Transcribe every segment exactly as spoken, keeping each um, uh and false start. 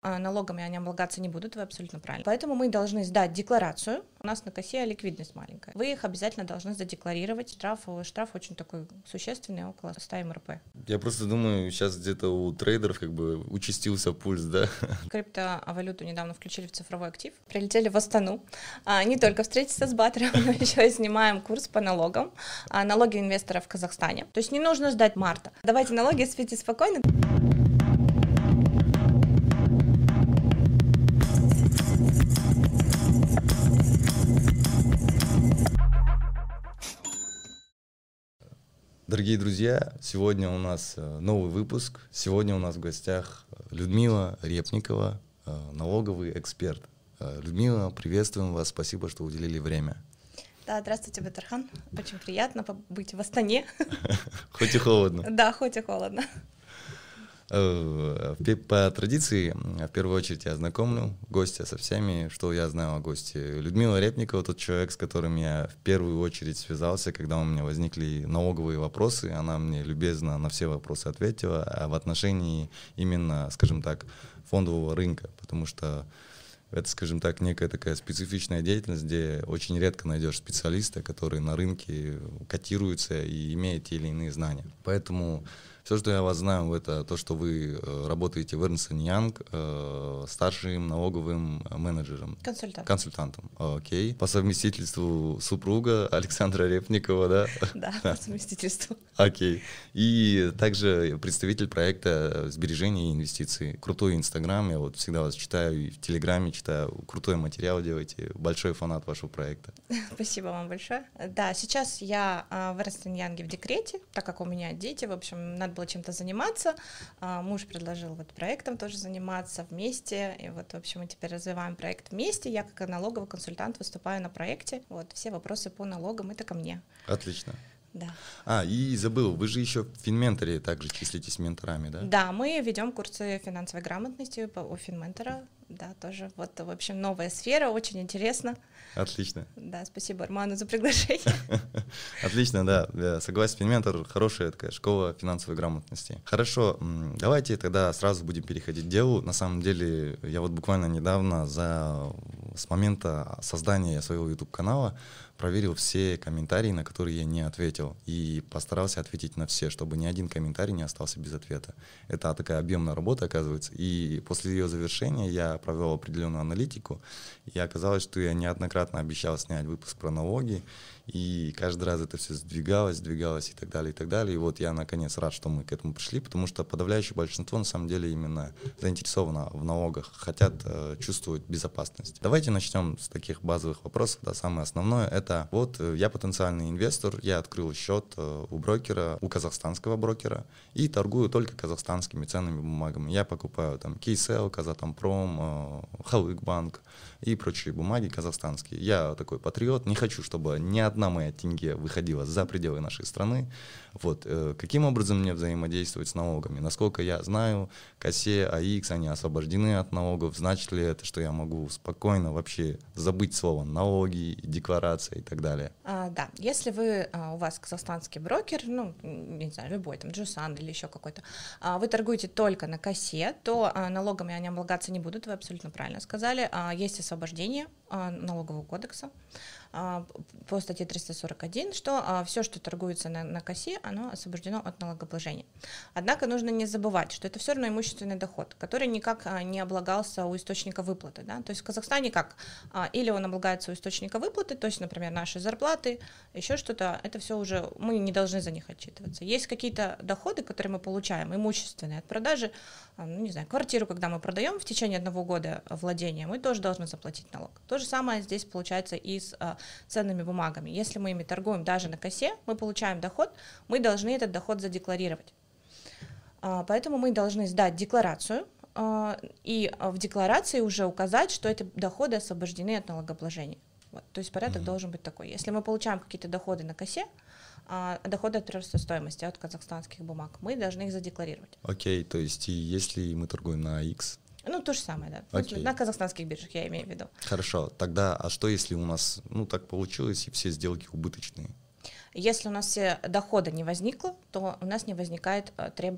налогами они облагаться не будут, вы абсолютно правильно. Поэтому мы должны сдать декларацию. У нас на косе ликвидность маленькая. Вы их обязательно должны задекларировать. Штраф, штраф очень такой существенный, около ста эм эр пэ. Я просто думаю, сейчас где-то у трейдеров как бы участился пульс, да? Криптовалюту недавно включили в цифровой актив. Прилетели в Астану. А, не только встретиться с Баттером, но еще и снимаем курс по налогам. А, налоги инвестора в Казахстане. То есть не нужно ждать марта. Давайте налоги, спите спокойно. Дорогие друзья, сегодня у нас новый выпуск. Сегодня у нас в гостях Людмила Репникова, налоговый эксперт. Людмила, приветствуем вас, спасибо, что уделили время. Да, здравствуйте, Батырхан. Очень приятно быть в Астане. Хоть и холодно. Да, хоть и холодно. По традиции, в первую очередь, я ознакомлю гостя со всеми, что я знаю о госте. Людмила Репникова — тот человек, с которым я в первую очередь связался, когда у меня возникли налоговые вопросы. Она мне любезно на все вопросы ответила, а в отношении именно, скажем так, фондового рынка, потому что это, скажем так, некая такая специфичная деятельность, где очень редко найдешь специалиста, который на рынке котируется и имеет те или иные знания. Поэтому все, что я вас знаю, это то, что вы работаете в Эрнст энд Янг э, старшим налоговым менеджером. Консультантом. Консультантом, окей. По совместительству супруга Александра Репникова, да? Да, по совместительству. Окей. И также представитель проекта сбережения и инвестиций. Крутой Инстаграм, я вот всегда вас читаю и в Телеграме читаю, крутой материал делаете, большой фанат вашего проекта. Спасибо вам большое. Да, сейчас я в Эрнст энд Янге в декрете, так как у меня дети, в общем, надо было чем-то заниматься. Муж предложил вот проектом тоже заниматься вместе, и вот, в общем, мы теперь развиваем проект вместе. Я как налоговый консультант выступаю на проекте. Вот, все вопросы по налогам — это ко мне. Отлично. Да. А, и забыл, вы же еще в Финменторе также числитесь менторами, да? Да, мы ведем курсы финансовой грамотности у Финментора. Да, тоже вот, в общем, новая сфера, очень интересно. Отлично. Да, спасибо Арману за приглашение. Отлично, да, я согласен, Финментор — хорошая такая школа финансовой грамотности. Хорошо, давайте тогда сразу будем переходить к делу. На самом деле, я вот буквально недавно, за, с момента создания своего YouTube-канала, проверил все комментарии, на которые я не ответил, и постарался ответить на все, чтобы ни один комментарий не остался без ответа. Это такая объемная работа, оказывается, и после ее завершения я провел определенную аналитику, и оказалось, что я неоднократно обещал снять выпуск про налоги, и каждый раз это все сдвигалось, сдвигалось и так далее, и так далее. И вот я наконец рад, что мы к этому пришли, потому что подавляющее большинство на самом деле именно заинтересовано в налогах, хотят э, чувствовать безопасность. Давайте начнем с таких базовых вопросов. Да, самое основное — это вот э, я потенциальный инвестор, я открыл счет э, у брокера, у казахстанского брокера, и торгую только казахстанскими ценными бумагами. Я покупаю там Кейсел, Казатомпром, э, Халык-банк и прочие бумаги казахстанские. Я такой патриот, не хочу, чтобы ни одна моя тенге выходила за пределы нашей страны. Вот. Э, каким образом мне взаимодействовать с налогами? Насколько я знаю, КАСЕ, АИКС, они освобождены от налогов. Значит ли это, что я могу спокойно вообще забыть слово налоги, декларация и так далее? А, да, если вы, а, у вас казахстанский брокер, ну, не знаю, любой, там, Джусан или еще какой-то, а, вы торгуете только на КАСЕ, то а, налогами они облагаться не будут, вы абсолютно правильно сказали. А, есть освобождение а, налогового кодекса а, по статье триста сорок один, что а, все, что торгуется на, на КАСЕ, оно освобождено от налогообложения. Однако нужно не забывать, что это все равно имущественный доход, который никак а, не облагался у источника выплаты. Да? То есть в Казахстане как? А, или он облагается у источника выплаты, то есть, например, наши зарплаты, еще что-то, это все уже, мы не должны за них отчитываться. Есть какие-то доходы, которые мы получаем, имущественные, от продажи, а, ну, не знаю, квартиру, когда мы продаем в течение одного года владения, мы тоже должны заплатить налог. То же самое здесь получается и с а, ценными бумагами. Если мы ими торгуем даже на КАСЕ, мы получаем доход, мы должны этот доход задекларировать. А, поэтому мы должны сдать декларацию, а, и в декларации уже указать, что эти доходы освобождены от налогообложения. Вот. То есть порядок mm-hmm. должен быть такой. Если мы получаем какие-то доходы на КАСЕ, а, доходы от прироста стоимости, от казахстанских бумаг, мы должны их задекларировать. Окей, okay, то есть и если мы торгуем на АИКС? Ну, то же самое, да. Okay. На казахстанских биржах, я имею в виду. Хорошо. Тогда, а что если у нас, ну, так получилось, и все сделки убыточные? Если у нас все дохода не возникло, то у нас не возникает требования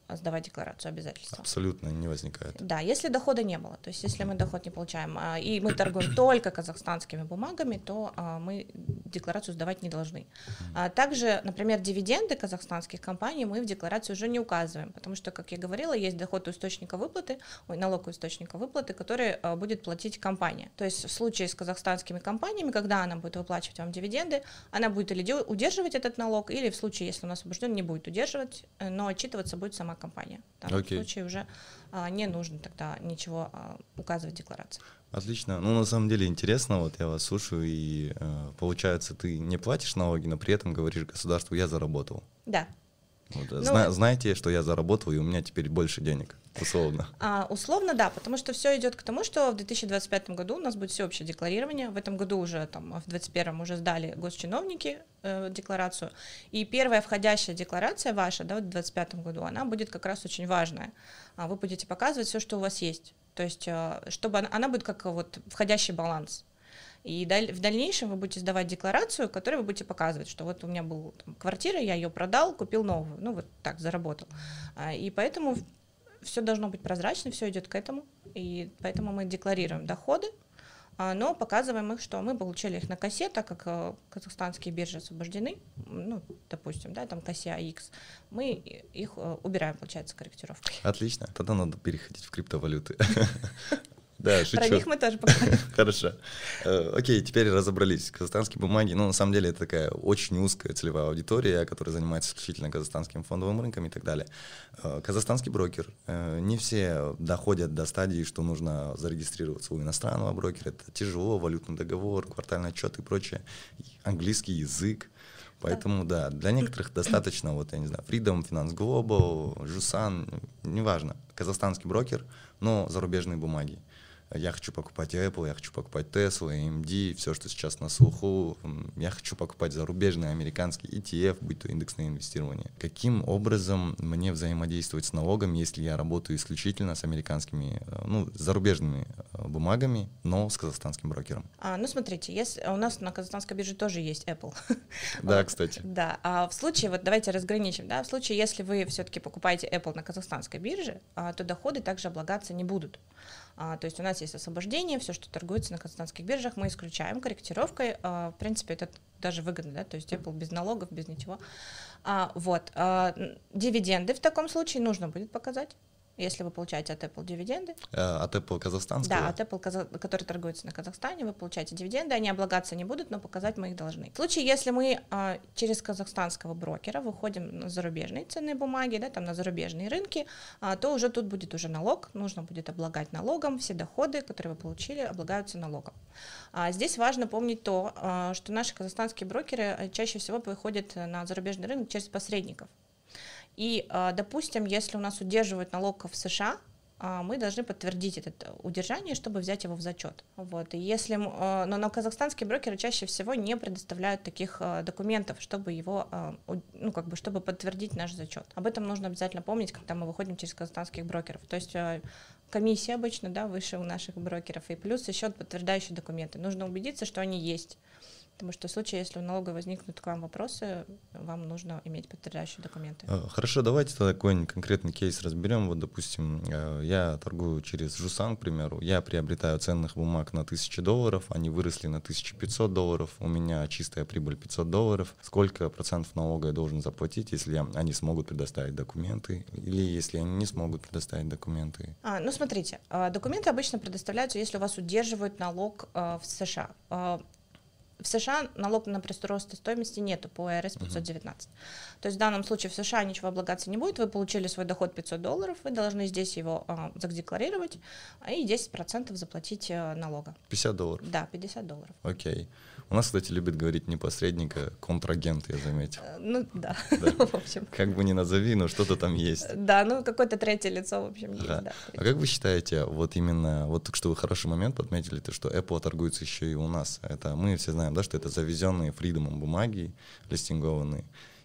сдавать декларацию обязательства. Абсолютно не возникает. Да, если дохода не было, то есть если мы доход не получаем, и мы торгуем только казахстанскими бумагами, то мы декларацию сдавать не должны. Также, например, дивиденды казахстанских компаний мы в декларацию уже не указываем, потому что, как я говорила, есть доход у источника выплаты, ой, налог у источника выплаты, который будет платить компания. То есть в случае с казахстанскими компаниями, когда она будет выплачивать вам дивиденды, она будет или удерживать этот налог, или в случае, если он освобожден, не будет удерживать, но отчитываться будет сама компания. В данном okay. случае уже а, не нужно тогда ничего а, указывать в декларации. Отлично. Ну, на самом деле интересно, вот я вас слушаю, и э, получается, ты не платишь налоги, но при этом говоришь государству, я заработал. Да. Вот, ну, зна- знаете, что я заработал, и у меня теперь больше денег, условно. А, условно, да, потому что все идет к тому, что в две тысячи двадцать пятом году у нас будет всеобщее декларирование. В этом году уже, там, в двадцать первом уже сдали госчиновники э, декларацию. И первая входящая декларация ваша, да, в двадцать пятом году, она будет как раз очень важная. А вы будете показывать все, что у вас есть. То есть, э, чтобы она, она будет как вот входящий баланс. И в дальнейшем вы будете сдавать декларацию, в которой вы будете показывать, что вот у меня была там квартира, я ее продал, купил новую, ну вот так, заработал. И поэтому все должно быть прозрачно, все идет к этому, и поэтому мы декларируем доходы, но показываем их, что мы получили их на косе, так как казахстанские биржи освобождены, ну, допустим, да, там косе АИКС, мы их убираем, получается, корректировкой. Отлично, тогда надо переходить в криптовалюты. Да, шучу. Про них мы тоже поговорим. Хорошо. Окей, теперь разобрались. Казахстанские бумаги, ну, на самом деле, это такая очень узкая целевая аудитория, которая занимается исключительно казахстанским фондовым рынком и так далее. Казахстанский брокер. Не все доходят до стадии, что нужно зарегистрироваться у иностранного брокера. Это тяжело, валютный договор, квартальный отчет и прочее. Английский язык. Поэтому, да. да, для некоторых достаточно, вот, я не знаю, Freedom, Finance Global, Жусан, неважно, казахстанский брокер, но зарубежные бумаги. Я хочу покупать Apple, я хочу покупать Tesla, эй эм ди, все, что сейчас на слуху. Я хочу покупать зарубежные, американские и ти эф, будь то индексное инвестирование. Каким образом мне взаимодействовать с налогом, если я работаю исключительно с американскими, ну, зарубежными бумагами, но с казахстанским брокером? А, ну, смотрите, если, у нас на казахстанской бирже тоже есть Apple. Да, кстати. Да, а в случае, вот давайте разграничим, да, в случае, если вы все-таки покупаете Apple на казахстанской бирже, то доходы также облагаться не будут. А, то есть у нас есть освобождение, все, что торгуется на казахстанских биржах, мы исключаем корректировкой. А, в принципе, это даже выгодно, да, то есть Apple без налогов, без ничего. А, вот. А, дивиденды в таком случае нужно будет показать. Если вы получаете от Apple дивиденды. От Apple казахстанского? Да, от Apple, который торгуется на Казахстане, вы получаете дивиденды, они облагаться не будут, но показать мы их должны. В случае, если мы а, через казахстанского брокера выходим на зарубежные ценные бумаги, да, там на зарубежные рынки, а, то уже тут будет уже налог, нужно будет облагать налогом, все доходы, которые вы получили, облагаются налогом. А, здесь важно помнить то, а, что наши казахстанские брокеры чаще всего выходят на зарубежный рынок через посредников. И, допустим, если у нас удерживают налог в США, мы должны подтвердить это удержание, чтобы взять его в зачет. Вот. И если, но, но казахстанские брокеры чаще всего не предоставляют таких документов, чтобы его, ну, как бы, чтобы подтвердить наш зачет. Об этом нужно обязательно помнить, когда мы выходим через казахстанских брокеров. То есть комиссия обычно, да, выше у наших брокеров, и плюс еще подтверждающие документы. Нужно убедиться, что они есть. Потому что в случае, если у налоговой возникнут к вам вопросы, вам нужно иметь подтверждающие документы. Хорошо, давайте тогда какой-нибудь конкретный кейс разберем. Вот, допустим, я торгую через Жусан, к примеру, я приобретаю ценных бумаг на тысячу долларов, они выросли на тысячу пятьсот долларов, у меня чистая прибыль пятьсот долларов. Сколько процентов налога я должен заплатить, если я, они смогут предоставить документы, или если они не смогут предоставить документы? А, ну, смотрите, документы обычно предоставляются, если у вас удерживают налог в США. В США налог на прирост стоимости нету по эр эс пятьсот девятнадцать. Uh-huh. То есть в данном случае в США ничего облагаться не будет, вы получили свой доход пятьсот долларов, вы должны здесь его а, задекларировать и десять процентов заплатить а, налога. пятьдесят долларов? Да, пятьдесят долларов. Окей. У нас, кстати, любят говорить не посредник, а контрагент, я заметил. Ну да, да. в общем. Как бы ни назови, но что-то там есть. Да, ну какое-то третье лицо, в общем, есть. Ага. Да, а как вы считаете, вот именно, вот так что вы хороший момент подметили, то, что Apple торгуется еще и у нас. Это мы все знаем, да, что это завезенные Freedom бумаги, листингованные.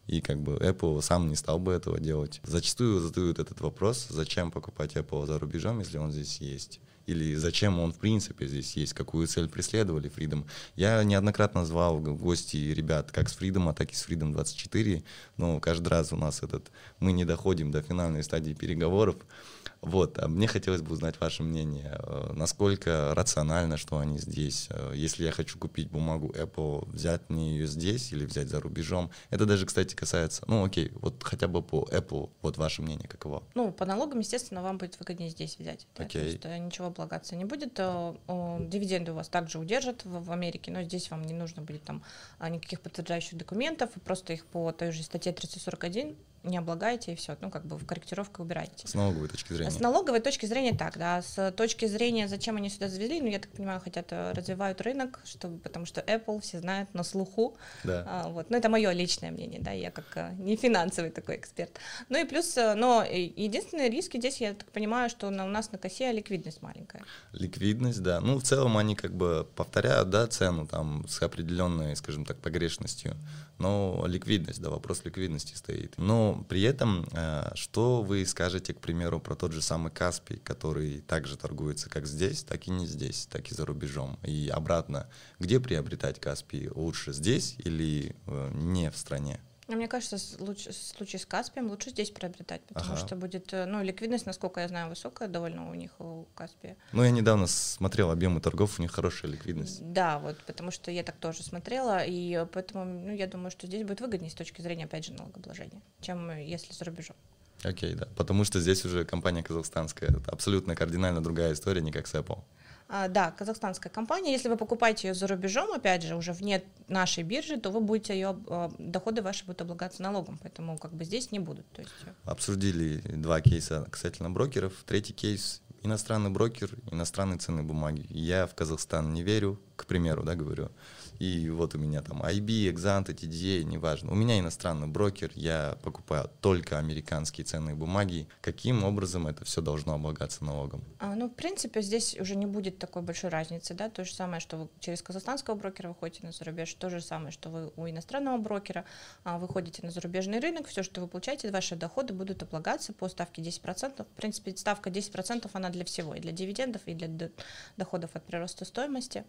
и как бы Apple сам не стал бы этого делать. Зачастую задают этот вопрос, зачем покупать Apple за рубежом, если он здесь есть. Или зачем он в принципе здесь есть, какую цель преследовали Freedom. Я неоднократно звал в гости ребят как с Freedom, так и с Freedom двадцать четыре, но каждый раз у нас этот, мы не доходим до финальной стадии переговоров. Вот, а мне хотелось бы узнать ваше мнение, насколько рационально, что они здесь. Если я хочу купить бумагу Apple, взять мне ее здесь или взять за рубежом. Это даже, кстати, касается, ну окей, вот хотя бы по Apple, вот ваше мнение каково? Ну, по налогам, естественно, вам будет выгоднее здесь взять. Да, окей. То есть э, ничего облагаться не будет. Э, э, дивиденды у вас также удержат в, в Америке, но здесь вам не нужно будет там а, никаких подтверждающих документов, вы просто их по той же статье триста сорок один не облагаете и все, ну как бы в корректировку убираете. С налоговой точки зрения. С налоговой точки зрения так, да. С точки зрения, зачем они сюда завезли, ну я так понимаю, хотят развивают рынок, чтобы, потому что Apple все знают на слуху. Да. А, вот. Но это мое личное мнение, да, я как а, не финансовый такой эксперт. Ну и плюс, но единственные риски здесь, я так понимаю, что на, у нас на косе ликвидность маленькая. Ликвидность, да. Ну в целом они как бы повторяют, да, цену там с определенной, скажем так, погрешностью. Но ликвидность, да, вопрос ликвидности стоит. Но при этом, что вы скажете, к примеру, про тот же самый Каспий, который также торгуется как здесь, так и не здесь, так и за рубежом. И обратно, где приобретать Каспий? Лучше здесь или не в стране? Мне кажется, в случае с Каспием лучше здесь приобретать, потому ага. что будет, ну, ликвидность, насколько я знаю, высокая довольно у них, у Каспия. Ну, я недавно смотрел объемы торгов, у них хорошая ликвидность. Да, вот, потому что я так тоже смотрела, и поэтому, ну, я думаю, что здесь будет выгоднее с точки зрения, опять же, налогообложения, чем если за рубежом. Окей, да, потому что здесь уже компания казахстанская, это абсолютно кардинально другая история, не как с Apple. А, да, казахстанская компания. Если вы покупаете ее за рубежом, опять же, уже вне нашей биржи, то вы будете ее, доходы ваши будут облагаться налогом, поэтому как бы здесь не будут. То есть... Обсудили два кейса касательно брокеров. Третий кейс – иностранный брокер, иностранные ценные бумаги. Я в Казахстан не верю, к примеру, да, говорю. И вот у меня там ай би, Экзант, ти ди эй, неважно. У меня иностранный брокер, я покупаю только американские ценные бумаги. Каким образом это все должно облагаться налогом? А, ну, в принципе, здесь уже не будет такой большой разницы, да, то же самое, что вы через казахстанского брокера выходите на зарубеж, то же самое, что вы у иностранного брокера а, выходите на зарубежный рынок, все, что вы получаете, ваши доходы будут облагаться по ставке десять процентов. В принципе, ставка десять процентов, она для всего, и для дивидендов, и для доходов от прироста стоимости.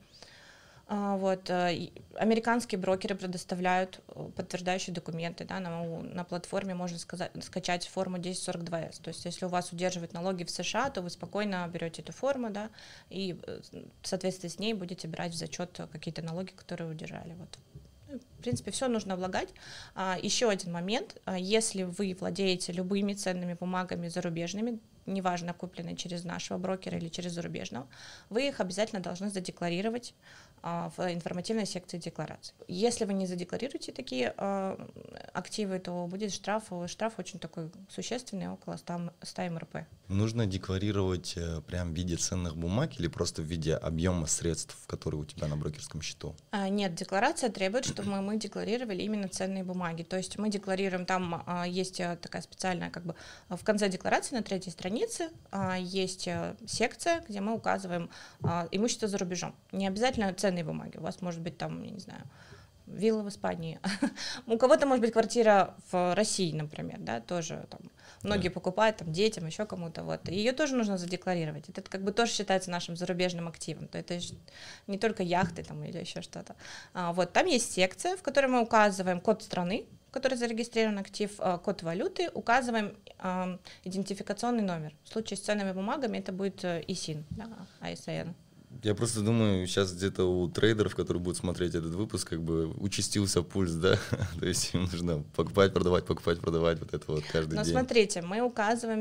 Вот, американские брокеры предоставляют подтверждающие документы, да, на, на платформе можно сказать, скачать форму десять сорок два эс, то есть если у вас удерживают налоги в США, то вы спокойно берете эту форму, да, и в соответствии с ней будете брать в зачет какие-то налоги, которые удержали. Вот. В принципе, все нужно облагать. Еще один момент, если вы владеете любыми ценными бумагами зарубежными, неважно, купленные через нашего брокера или через зарубежного, вы их обязательно должны задекларировать а, в информативной секции декларации. Если вы не задекларируете такие а, активы, то будет штраф. Штраф очень такой существенный, около ста эм эр пэ. Нужно декларировать э, прям в виде ценных бумаг или просто в виде объема средств, которые у тебя на брокерском счету? А, нет, декларация требует, чтобы мы, мы декларировали именно ценные бумаги. То есть мы декларируем, там а, есть такая специальная, как бы в конце декларации на третьей странице есть секция, где мы указываем имущество за рубежом. Не обязательно ценные бумаги. У вас может быть там, я не знаю, вилла в Испании. У кого-то может быть квартира в России, например, да, тоже там многие yeah. покупают там детям, еще кому-то, вот. И ее тоже нужно задекларировать. Это как бы тоже считается нашим зарубежным активом. То это не только яхты там или еще что-то. А, вот там есть секция, в которой мы указываем код страны, в которой зарегистрирован актив, код валюты, указываем э, идентификационный номер. В случае с ценными бумагами это будет ИСИН, да, ай эс ай эн. Я просто думаю, сейчас где-то у трейдеров, которые будут смотреть этот выпуск, как бы участился пульс, да, то есть им нужно покупать, продавать, покупать, продавать, вот это вот каждый Но день. Но смотрите, мы указываем,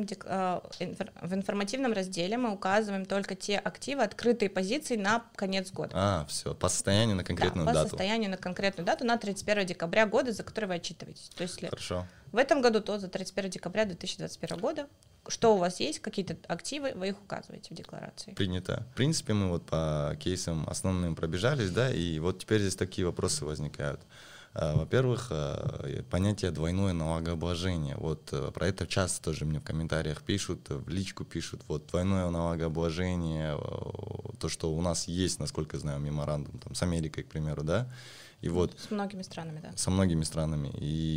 в информативном разделе мы указываем только те активы, открытые позиции на конец года. А, все, по состоянию на конкретную да, по дату. по состоянию на конкретную дату, на тридцать первое декабря года, за который вы отчитываетесь. То есть Хорошо. В этом году то за тридцать первое декабря две тысячи двадцать первого года. Что у вас есть, какие-то активы, вы их указываете в декларации. Принято. В принципе, мы вот по кейсам основным пробежались, да, и вот теперь здесь такие вопросы возникают. Во-первых, понятие двойное налогообложение. Вот про это часто тоже мне в комментариях пишут, в личку пишут. Вот двойное налогообложение, то, что у нас есть, насколько знаю, меморандум там, с Америкой, к примеру, да. И вот с многими странами, да. Со многими странами.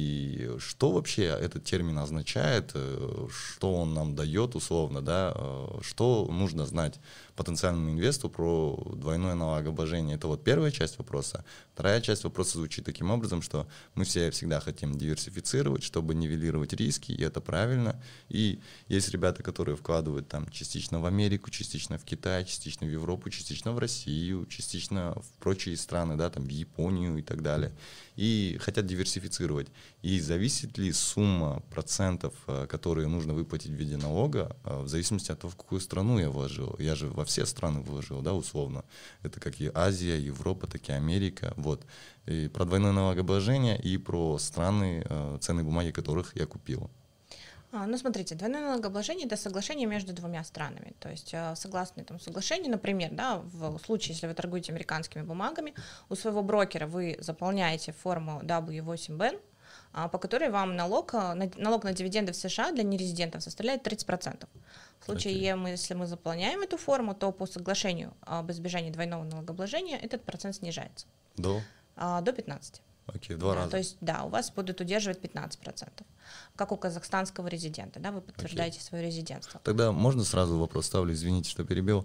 И что вообще этот термин означает, что он нам дает условно, да, что нужно знать потенциальному инвестору про двойное налогообложение? Это вот первая часть вопроса. Вторая часть вопроса звучит таким образом, что мы все всегда хотим диверсифицировать, чтобы нивелировать риски, и это правильно. И есть ребята, которые вкладывают там частично в Америку, частично в Китай, частично в Европу, частично в Россию, частично в прочие страны, да, там в Японию и так далее. И хотят диверсифицировать. И зависит ли сумма процентов, которые нужно выплатить в виде налога, в зависимости от того, в какую страну я вложил. Я же во все страны вложил, да, условно. Это как и Азия, Европа, так и Америка. Вот. И про двойное налогообложение и про страны, ценные бумаги которых я купил. А, ну, смотрите, двойное налогообложение – это соглашение между двумя странами. То есть, согласно этому соглашению, например, да, в случае, если вы торгуете американскими бумагами, у своего брокера вы заполняете форму дабл ю восемь би эн, по которой вам налог, налог на дивиденды в США для нерезидентов составляет тридцать процентов. В случае, okay. если мы заполняем эту форму, то по соглашению об избежании двойного налогообложения этот процент снижается. До? До пятнадцати. Окей, okay, в два да, раза. То есть, да, у вас будут удерживать пятнадцать процентов, как у казахстанского резидента, да, вы подтверждаете okay. свое резидентство. Тогда можно сразу вопрос ставлю, извините, что перебил.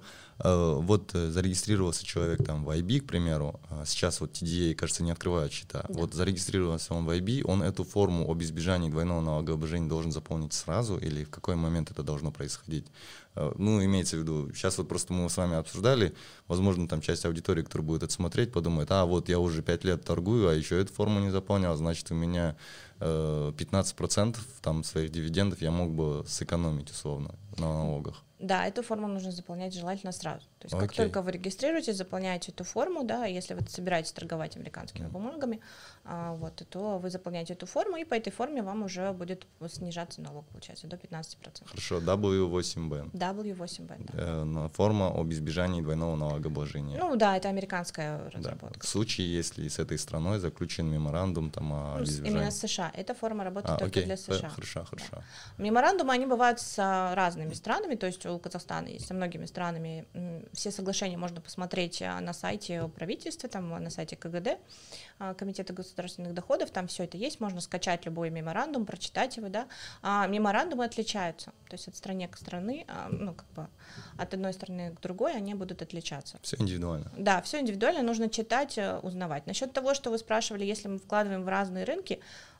Вот зарегистрировался человек там в ай би, к примеру, сейчас вот ти ди эй, кажется, не открывают счета. Да. Вот зарегистрировался он в ай би, он эту форму об избежании двойного налогообложения должен заполнить сразу или в какой момент это должно происходить? Ну, имеется в виду, сейчас вот просто мы с вами обсуждали, возможно, там часть аудитории, которая будет это смотреть, подумает, а вот я уже пять лет торгую, а еще эту форму не заполнял, значит, у меня э, пятнадцать процентов там своих дивидендов я мог бы сэкономить условно на налогах. Да, эту форму нужно заполнять желательно сразу. То есть Окей. как только вы регистрируетесь, заполняете эту форму, да, если вы собираетесь торговать американскими mm. бумагами, а, вот, то вы заполняете эту форму, и по этой форме вам уже будет снижаться налог, получается, до пятнадцати процентов. Хорошо, дабл ю восемь би эн. дабл ю восемь би эн, да. Э, форма об избежании двойного налогообложения. Ну да, это американская разработка. Да. В случае, если с этой страной заключен меморандум там, о ну, избежании. Именно с США. Эта форма работает а, только окей. для США. Хорошо, хорошо. Да. Меморандумы, они бывают с разными странами, то есть у Казахстана есть со многими странами. Все соглашения можно посмотреть на сайте правительства, там на сайте ка гэ дэ, Комитета государственных доходов, там все это есть, можно скачать любой меморандум, прочитать его, да. А меморандумы отличаются, то есть от страны к стране, ну как бы от одной страны к другой они будут отличаться. Все индивидуально. Да, все индивидуально, нужно читать, узнавать. Насчет того, что вы спрашивали, если мы вкладываем в разные рынки,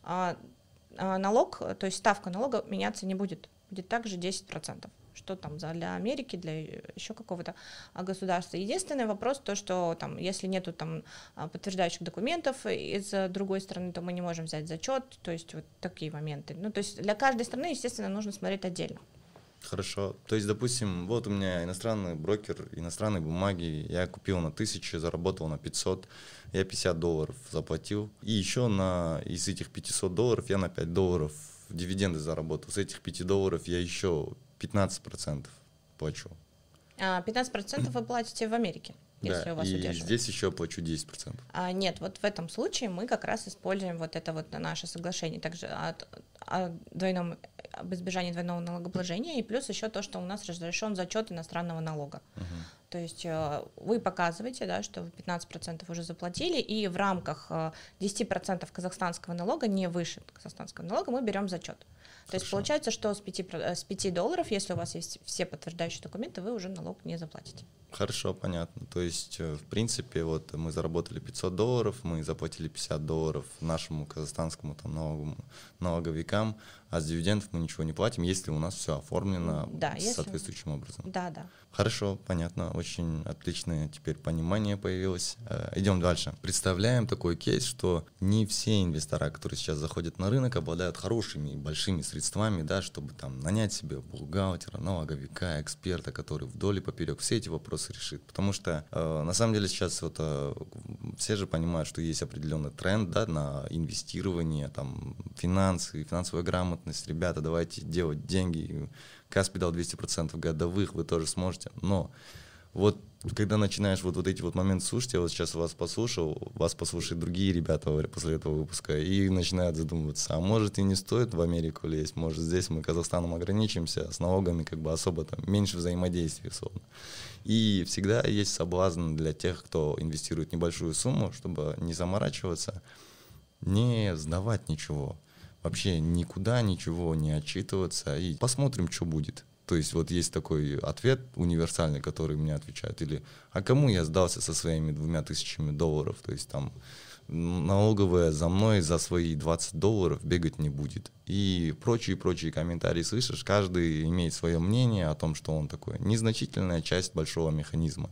налог, то есть ставка налога меняться не будет, будет также десять процентов. Что там для Америки, для еще какого-то государства. Единственный вопрос то, что там, если нету там подтверждающих документов из другой страны, то мы не можем взять зачет, то есть вот такие моменты. Ну, то есть для каждой страны, естественно, нужно смотреть отдельно. Хорошо. То есть, допустим, вот у меня иностранный брокер, иностранные бумаги, я купил на тысячу, заработал на пятьсот, я пятьдесят долларов заплатил. И еще на, из этих пятисот долларов я на пять долларов дивиденды заработал. С этих пяти долларов я еще пятнадцать процентов плачу. пятнадцать процентов вы платите в Америке, если да, у вас и удерживают. Здесь еще плачу десять процентов. А, нет, вот в этом случае мы как раз используем вот это вот наше соглашение также о, о двойном, об избежании двойного налогообложения, и плюс еще то, что у нас разрешен зачет иностранного налога. Uh-huh. То есть вы показываете, да, что вы пятнадцать процентов уже заплатили, и в рамках десять процентов казахстанского налога, не выше казахстанского налога, мы берем зачет. То Хорошо. Есть получается, что с пяти, с пяти долларов, если у вас есть все подтверждающие документы, вы уже налог не заплатите. Хорошо, понятно. То есть, в принципе, вот мы заработали пятьсот долларов, мы заплатили пятьдесят долларов нашему казахстанскому там, налоговому, налоговикам, а с дивидендов мы ничего не платим, если у нас все оформлено да, соответствующим если... образом. Да, да. Хорошо, понятно, очень отличное теперь понимание появилось. Идем дальше. Представляем такой кейс, что не все инвестора, которые сейчас заходят на рынок, обладают хорошими и большими средствами, да, чтобы там нанять себе бухгалтера, налоговика, эксперта, который вдоль и поперек все эти вопросы решит. Потому что э, на самом деле сейчас вот, э, все же понимают, что есть определенный тренд, да, на инвестирование, там, финансы, финансовая грамотность. Ребята, давайте делать деньги. Каспи дал двести процентов годовых, вы тоже сможете. Но вот когда начинаешь вот, вот эти вот моменты слушать, я вот сейчас вас послушал, вас послушают другие ребята после этого выпуска, и начинают задумываться, а может и не стоит в Америку лезть, может здесь мы Казахстаном ограничимся, с налогами как бы особо там меньше взаимодействия, условно. И всегда есть соблазн для тех, кто инвестирует небольшую сумму, чтобы не заморачиваться, не сдавать ничего, вообще никуда ничего не отчитываться, и посмотрим, что будет. То есть вот есть такой ответ универсальный, который мне отвечают. Или, а кому я сдался со своими двумя тысячами долларов? То есть там налоговая за мной за свои двадцать долларов бегать не будет. И прочие-прочие комментарии слышишь. Каждый имеет свое мнение о том, что он такой. Незначительная часть большого механизма.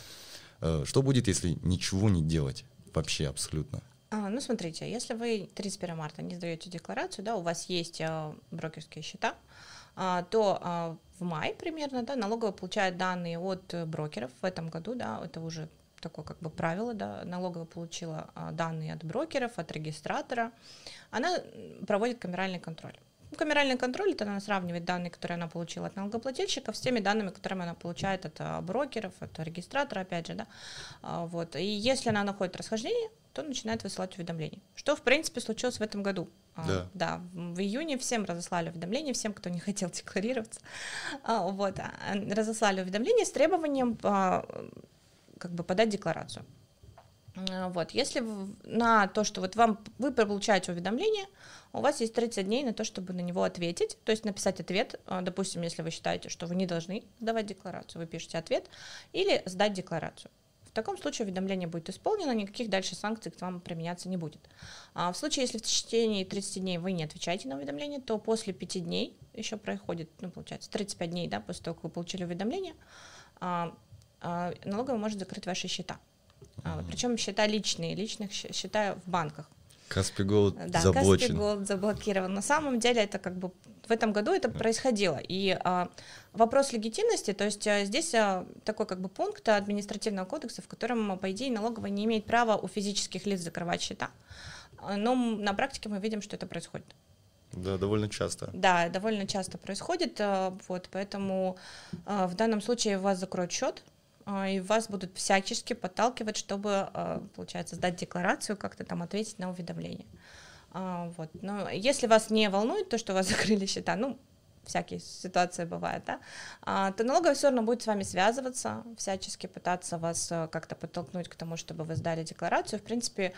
Что будет, если ничего не делать? Вообще абсолютно. А, ну, смотрите, если вы тридцать первого марта не сдаете декларацию, да, у вас есть а, брокерские счета, а, то а, в мае примерно, да, налоговая получает данные от брокеров в этом году, да, это уже такое как бы правило, да, налоговая получила а, данные от брокеров, от регистратора, она проводит камеральный контроль. Камеральный контроль — это она сравнивает данные, которые она получила от налогоплательщиков, с теми данными, которыми она получает от а, брокеров, от регистратора, опять же, да, а, вот, и если она находит расхождение, то начинает высылать уведомления. Что, в принципе, случилось в этом году. Да. А, да, в июне всем разослали уведомления, всем, кто не хотел декларироваться, а, вот, а, разослали уведомления с требованием а, как бы подать декларацию. А, вот, если на то, что вот вам, вы получаете уведомление, у вас есть тридцать дней на то, чтобы на него ответить, то есть написать ответ, допустим, если вы считаете, что вы не должны сдавать декларацию, вы пишете ответ, или сдать декларацию. В таком случае уведомление будет исполнено, никаких дальше санкций к вам применяться не будет. А в случае, если в течение тридцати дней вы не отвечаете на уведомление, то после пяти дней, еще проходит, ну, получается, тридцать пять дней, да, после того, как вы получили уведомление, а, а, налоговая может закрыть ваши счета. А, вот, причем счета личные, личных счета в банках. Каспий Голд да, заблочен. Каспий Голд заблокирован. На самом деле это как бы в этом году это происходило. И а, вопрос легитимности, то есть а, здесь а, такой как бы пункт административного кодекса, в котором, по идее, налоговая не имеет права у физических лиц закрывать счета. Но на практике мы видим, что это происходит. Да, довольно часто. Да, довольно часто происходит. А, вот, поэтому а, в данном случае вас закроют счет, и вас будут всячески подталкивать, чтобы, получается, сдать декларацию, как-то там ответить на уведомление. Вот. Но если вас не волнует то, что у вас закрыли счета, ну, всякие ситуации бывают, да, то налоговая все равно будет с вами связываться, всячески пытаться вас как-то подтолкнуть к тому, чтобы вы сдали декларацию. В принципе,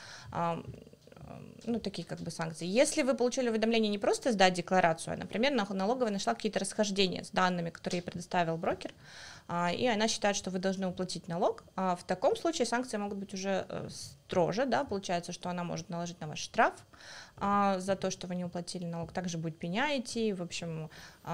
ну, такие как бы санкции. Если вы получили уведомление не просто сдать декларацию, а, например, налоговая нашла какие-то расхождения с данными, которые ей предоставил брокер, и она считает, что вы должны уплатить налог, в таком случае санкции могут быть уже строже, да, получается, что она может наложить на ваш штраф за то, что вы не уплатили налог, также будет пеня идти, в общем,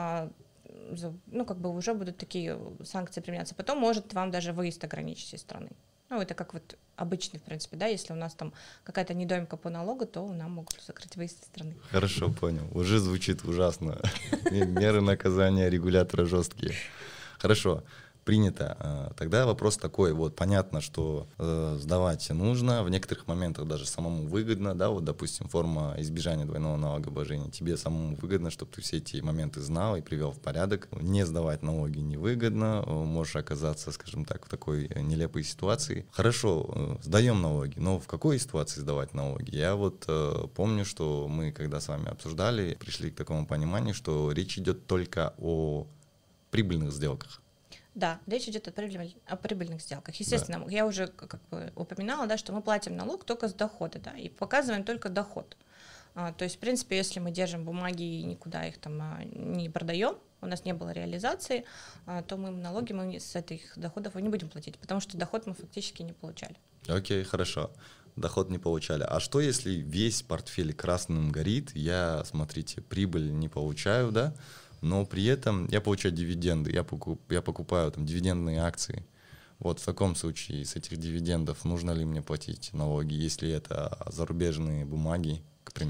ну, как бы уже будут такие санкции применяться. Потом может вам даже выезд ограничить из страны. Ну, это как вот обычный, в принципе, да, если у нас там какая-то недоимка по налогу, то нам могут закрыть выезд из страны. Хорошо, понял. Уже звучит ужасно. Меры наказания регулятора жесткие. Хорошо. Принято. Тогда вопрос такой, вот понятно, что э, сдавать нужно, в некоторых моментах даже самому выгодно, да, вот, допустим, форма избежания двойного налогообложения, тебе самому выгодно, чтобы ты все эти моменты знал и привел в порядок. Не сдавать налоги невыгодно, можешь оказаться, скажем так, в такой нелепой ситуации. Хорошо, э, сдаем налоги, но в какой ситуации сдавать налоги? Я вот э, помню, что мы, когда с вами обсуждали, пришли к такому пониманию, что речь идет только о прибыльных сделках. Да, речь идет о, прибыль, о прибыльных сделках. Естественно, да. Я уже как бы упоминала, да, что мы платим налог только с дохода, да, и показываем только доход. А, то есть, в принципе, если мы держим бумаги и никуда их там а, не продаем, у нас не было реализации, а, то мы налоги мы с этих доходов не будем платить, потому что доход мы фактически не получали. Окей, хорошо. Доход не получали. А что, если весь портфель красным горит, я, смотрите, прибыль не получаю, да? Но при этом я получаю дивиденды, я, покуп, я покупаю там дивидендные акции. Вот в таком случае с этих дивидендов нужно ли мне платить налоги, если это зарубежные бумаги, к примеру?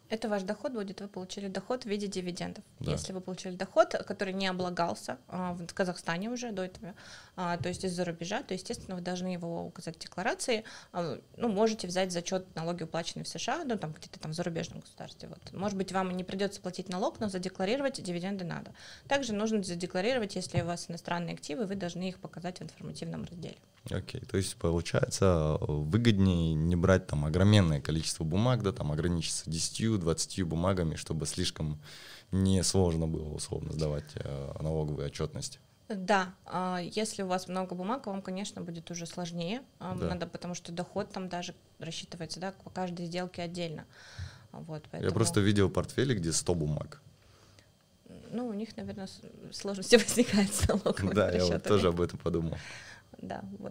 Это ваш доход будет, вы получили доход в виде дивидендов. Да. Если вы получили доход, который не облагался а, в Казахстане уже до этого, а, то есть из-за рубежа, то, естественно, вы должны его указать в декларации. А, ну, можете взять зачет налоги, уплаченные в США, ну, там где-то там в зарубежном государстве. Вот. Может быть, вам не придется платить налог, но задекларировать дивиденды надо. Также нужно задекларировать, если у вас иностранные активы, вы должны их показать в информативном разделе. Окей, okay. То есть получается выгоднее не брать там огроменное количество бумаг, да, там ограничиться десятью-двадцатью бумагами, чтобы слишком несложно было условно сдавать э, налоговые отчетности. Да, если у вас много бумаг, вам, конечно, будет уже сложнее, да. Надо, потому что доход там даже рассчитывается, да, по каждой сделке отдельно. Вот, поэтому... Я просто видел портфели, где сто бумаг. Ну, у них, наверное, сложности возникают с налоговыми Да, расчетами. я вот тоже об этом подумал. Да, вот.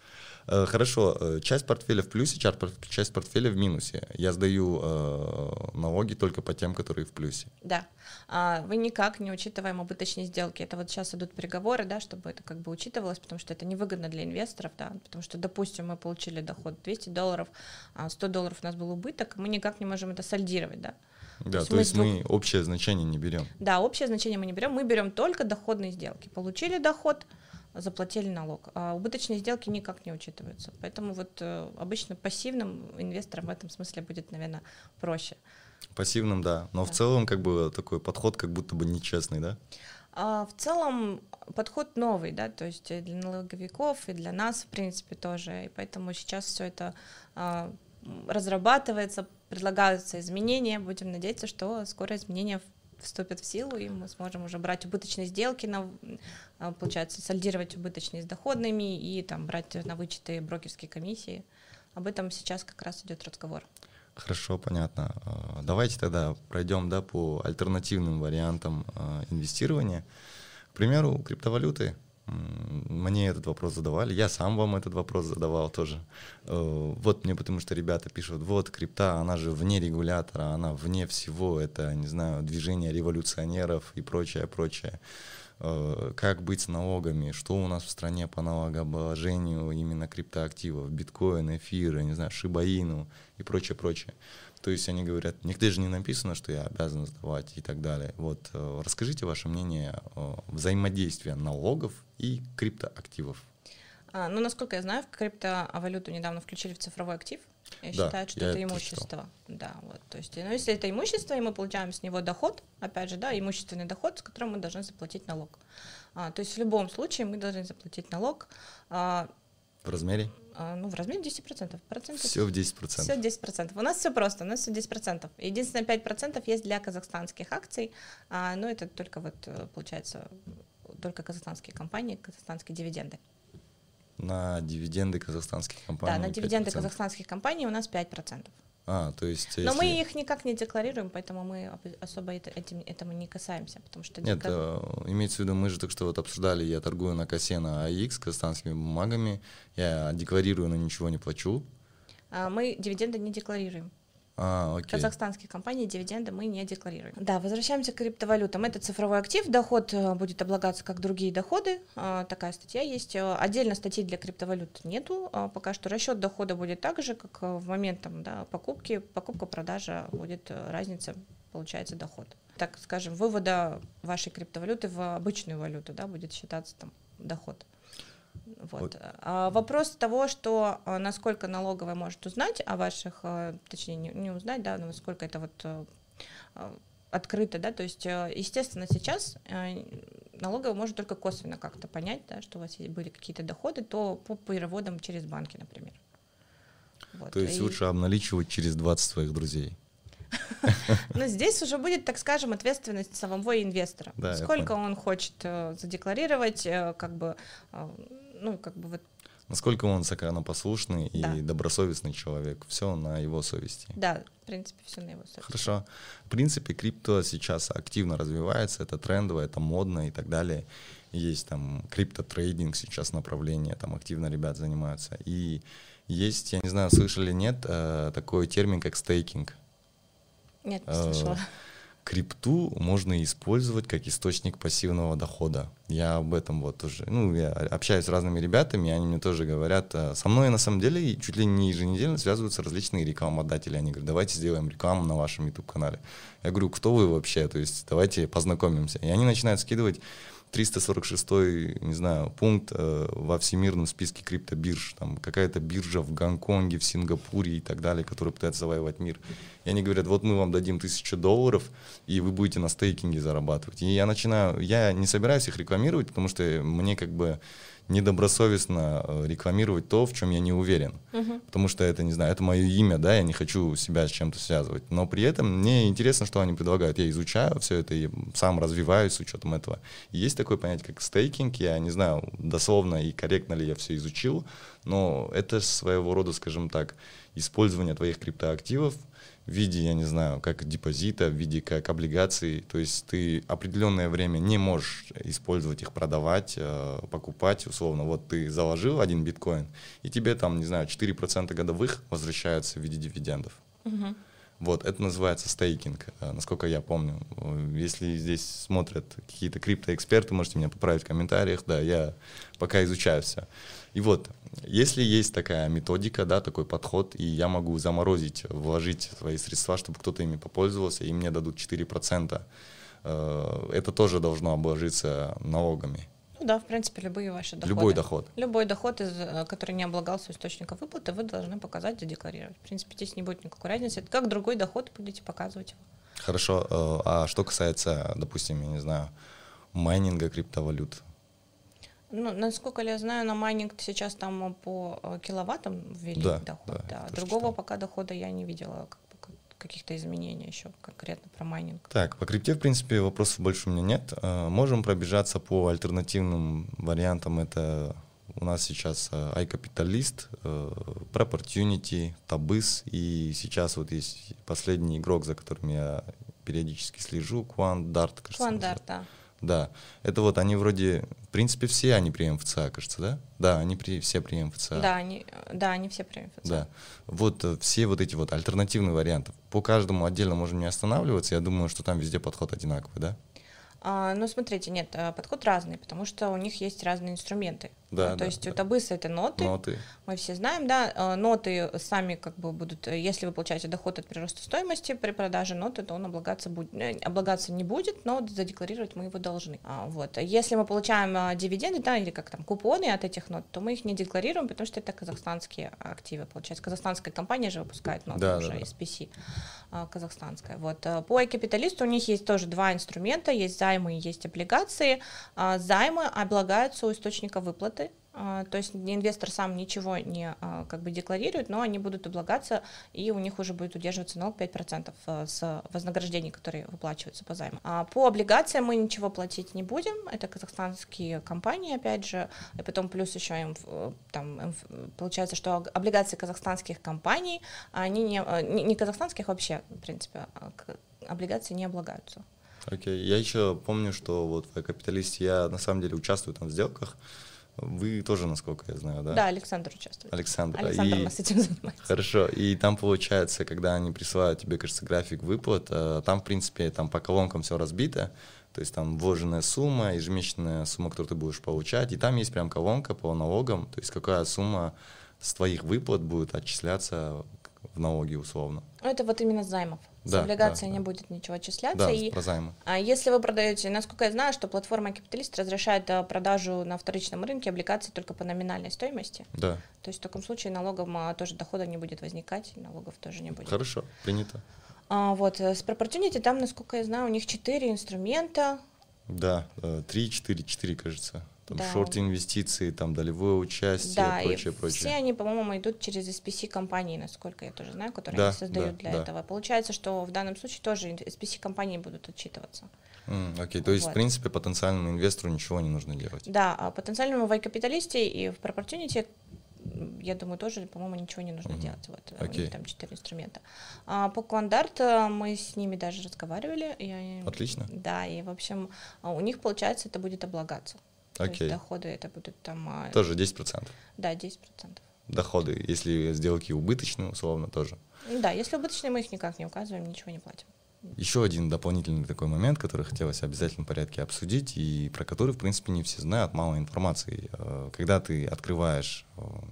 Хорошо, часть портфеля в плюсе, часть портфеля в минусе. Я сдаю э, налоги только по тем, которые в плюсе. Да, вы никак не учитываем убыточные сделки. Это вот сейчас идут переговоры, да, чтобы это как бы учитывалось, потому что это невыгодно для инвесторов, да, потому что, допустим, мы получили доход двести долларов, а сто долларов у нас был убыток, мы никак не можем это сольдировать, да. Да, то, то есть мы, двух... мы общее значение не берем. Да, общее значение мы не берем, мы берем только доходные сделки. Получили доход, заплатили налог. А убыточные сделки никак не учитываются. Поэтому вот э, обычно пассивным инвесторам в этом смысле будет, наверное, проще. Пассивным, да. Но да. В целом как бы такой подход как будто бы нечестный, да? А, в целом подход новый, да, то есть и для налоговиков, и для нас, в принципе, тоже. И поэтому сейчас все это а, разрабатывается, предлагаются изменения. Будем надеяться, что скоро изменения вступят в силу, и мы сможем уже брать убыточные сделки, на, получается, сольдировать убыточные с доходными и там брать на вычеты брокерские комиссии. Об этом сейчас как раз идет разговор. Хорошо, понятно. Давайте тогда пройдем, да, по альтернативным вариантам инвестирования. К примеру, криптовалюты. Мне этот вопрос задавали, я сам вам этот вопрос задавал тоже. Вот мне потому что ребята пишут, вот крипта, она же вне регулятора, она вне всего, это, не знаю, движение революционеров и прочее, прочее. Как быть с налогами, что у нас в стране по налогообложению именно криптоактивов, биткоин, эфир, не знаю, шибаину и прочее, прочее. То есть они говорят, нигде же не написано, что я обязан сдавать и так далее. Вот расскажите ваше мнение о взаимодействии налогов и криптоактивов. А, ну, насколько я знаю, в криптовалюту недавно включили в цифровой актив. Я да, считаю, что я это имущество. Да, вот, то есть, ну, если это имущество, и мы получаем с него доход, опять же, да, имущественный доход, с которым мы должны заплатить налог. А, то есть в любом случае мы должны заплатить налог. А, в размере? А, ну, в размере десять процентов. Процентов. Все в десять процентов. Все десять процентов. У нас все просто, у нас все десять процентов. Единственное, пять процентов есть для казахстанских акций, а, но это только вот, получается, только казахстанские компании, казахстанские дивиденды. На дивиденды казахстанских компаний? Да, на дивиденды казахстанских компаний у нас пять процентов. А, то есть... Но если... мы их никак не декларируем, поэтому мы особо это, этим, этому не касаемся, потому что... Нет, декла... э, имеется в виду, мы же только что вот обсуждали, я торгую на косе на АИКС казахстанскими бумагами, я декларирую, но ничего не плачу. А, мы дивиденды не декларируем. А, окей. Казахстанские компании дивиденды мы не декларируем. Да, возвращаемся к криптовалютам. Это цифровой актив, доход будет облагаться как другие доходы. Такая статья есть. Отдельно статьи для криптовалют нету. Пока что расчет дохода будет так же, как в момент там, да, покупки, покупка-продажа будет разница, получается доход. Так скажем, вывода вашей криптовалюты в обычную валюту, да, будет считаться там доход. Вот. Вот. А вопрос того, что насколько налоговая может узнать о ваших, точнее не, не узнать, да, но насколько это вот открыто, да, то есть, естественно, сейчас налоговая может только косвенно как-то понять, да, что у вас были какие-то доходы, то по переводам через банки, например. Вот. То есть И... лучше обналичивать через двадцать своих друзей. Но здесь уже будет, так скажем, ответственность самого инвестора. Да, сколько он хочет задекларировать, как бы, ну, как бы вот. Насколько он законопослушный да. и добросовестный человек. Все на его совести. Да, в принципе, все на его совести. Хорошо. В принципе, крипто сейчас активно развивается, это трендово, это модно и так далее. Есть там криптотрейдинг сейчас направление, там активно ребят занимаются. И есть, я не знаю, слышали, нет, такой термин, как стейкинг. Нет, не слышала. крипту можно использовать как источник пассивного дохода. Я об этом вот тоже, ну, я общаюсь с разными ребятами, и они мне тоже говорят, со мной на самом деле чуть ли не еженедельно связываются различные рекламодатели. Они говорят, давайте сделаем рекламу на вашем YouTube-канале. Я говорю, кто вы вообще? То есть давайте познакомимся. И они начинают скидывать триста сорок шестой, не знаю, пункт э, во всемирном списке криптобирж, там какая-то биржа в Гонконге, в Сингапуре и так далее, которая пытается завоевать мир. И они говорят, вот мы вам дадим тысячу долларов, и вы будете на стейкинге зарабатывать. И я начинаю, я не собираюсь их рекламировать, потому что мне как бы недобросовестно рекламировать то, в чем я не уверен. Uh-huh. Потому что это, не знаю, это мое имя, да, я не хочу себя с чем-то связывать. Но при этом мне интересно, что они предлагают. Я изучаю все это и сам развиваюсь с учетом этого. И есть такое понятие, как стейкинг. Я не знаю, дословно и корректно ли я все изучил, но это своего рода, скажем так, использование твоих криптоактивов в виде, я не знаю, как депозита, в виде как облигаций. То есть ты определенное время не можешь использовать их, продавать, покупать, условно. Вот ты заложил один биткоин, и тебе там, не знаю, четыре процента годовых возвращаются в виде дивидендов. Угу. Вот, это называется стейкинг, насколько я помню. Если здесь смотрят какие-то криптоэксперты, можете меня поправить в комментариях, да, я пока изучаю все. И вот, если есть такая методика, да, такой подход, и я могу заморозить, вложить свои средства, чтобы кто-то ими попользовался, и мне дадут четыре процента, это тоже должно обложиться налогами. Ну да, в принципе, любые ваши доходы. Любой доход. Любой доход, из, который не облагался источником выплаты, вы должны показать, задекларировать. В принципе, здесь не будет никакой разницы. Это как другой доход, будете показывать его. Хорошо. А что касается, допустим, я не знаю, майнинга криптовалют? Ну, насколько я знаю, на майнинг сейчас там по киловаттам ввели да, доход. Да, да. Другого пока дохода я не видела, как бы, каких-то изменений еще конкретно про майнинг. Так, по крипте, в принципе, вопросов больше у меня нет. Можем пробежаться по альтернативным вариантам. Это у нас сейчас iCapitalist, Proportunity, Tabis, и сейчас вот есть последний игрок, за которым я периодически слежу, QuantDart, кажется. QuantDart, да. Да, это вот они вроде, в принципе, все они при эм эф цэ а, кажется, да? Да, они при, все при эм эф цэ а. Да, они, да, они все при эм эф цэ а. Да, вот все вот эти вот альтернативные варианты. По каждому отдельно можем не останавливаться, я думаю, что там везде подход одинаковый, да? А, ну, смотрите, нет, подход разный, потому что у них есть разные инструменты. Да, а, то да, есть да. у Табыса это ноты, ноты, мы все знаем, да, ноты сами как бы будут, если вы получаете доход от прироста стоимости при продаже ноты, то он облагаться, будет, облагаться не будет, но задекларировать мы его должны. А, вот. Если мы получаем а, дивиденды, да, или как там купоны от этих нот, то мы их не декларируем, потому что это казахстанские активы, получается, казахстанская компания же выпускает ноты да, уже, да, да. эс пи си а, казахстанская. Вот. По iCapitalist у них есть тоже два инструмента, есть займы и есть облигации. А, займы облагаются у источника выплаты. Uh, то есть инвестор сам ничего не uh, как бы декларирует, но они будут облагаться, и у них уже будет удерживаться налог пять процентов uh, с вознаграждений, которые выплачиваются по займу. Uh, по облигациям мы ничего платить не будем, это казахстанские компании, опять же, и потом плюс еще им, там, им, получается, что облигации казахстанских компаний, они не, не, не казахстанских вообще, в принципе, облигации не облагаются. Окей, okay. Я еще помню, что вот в iCapitalist я на самом деле участвую там в сделках. Вы тоже, насколько я знаю, да? Да, Александр участвует. Александр. Александр и... у нас этим занимается. Хорошо. И там получается, когда они присылают тебе, кажется, график выплат, там, в принципе, там по колонкам все разбито. То есть там вложенная сумма, ежемесячная сумма, которую ты будешь получать. И там есть прям колонка по налогам. То есть какая сумма с твоих выплат будет отчисляться в налоги условно. Это вот именно с займов. С да, облигацией да, не да. будет ничего отчисляться. Да, и, про займы. А если вы продаете, насколько я знаю, что платформа iCapitalist разрешает продажу на вторичном рынке облигаций только по номинальной стоимости. Да. То есть в таком случае налогом тоже дохода не будет возникать, налогов тоже не будет. Хорошо, принято. А, вот, с Proportunity там, насколько я знаю, у них четыре инструмента. Да, три, четыре, четыре, кажется. Там да. шорт-инвестиции, там долевое участие, да, прочее, и прочее. Все они, по-моему, идут через эс пи си компании, насколько я тоже знаю, которые да, они создают да, для да. этого. Получается, что в данном случае тоже эс пи си компании будут отчитываться. Mm, окей, то есть, вот. В принципе, потенциальному инвестору ничего не нужно делать. Да, а потенциальному в iCapitalist и в Proportunity, я думаю, тоже, по-моему, ничего не нужно mm-hmm. делать. Вот, okay. У них там четыре инструмента. А по QuantDart мы с ними даже разговаривали. Я, Отлично. Да, и, в общем, у них, получается, это будет облагаться. Okay. То есть доходы это будут там... Тоже десять процентов? Да, десять процентов. Доходы, если сделки убыточные, условно, тоже? Да, если убыточные, мы их никак не указываем, ничего не платим. Еще один дополнительный такой момент, который хотелось в обязательном порядке обсудить, и про который, в принципе, не все знают, мало информации. Когда ты открываешь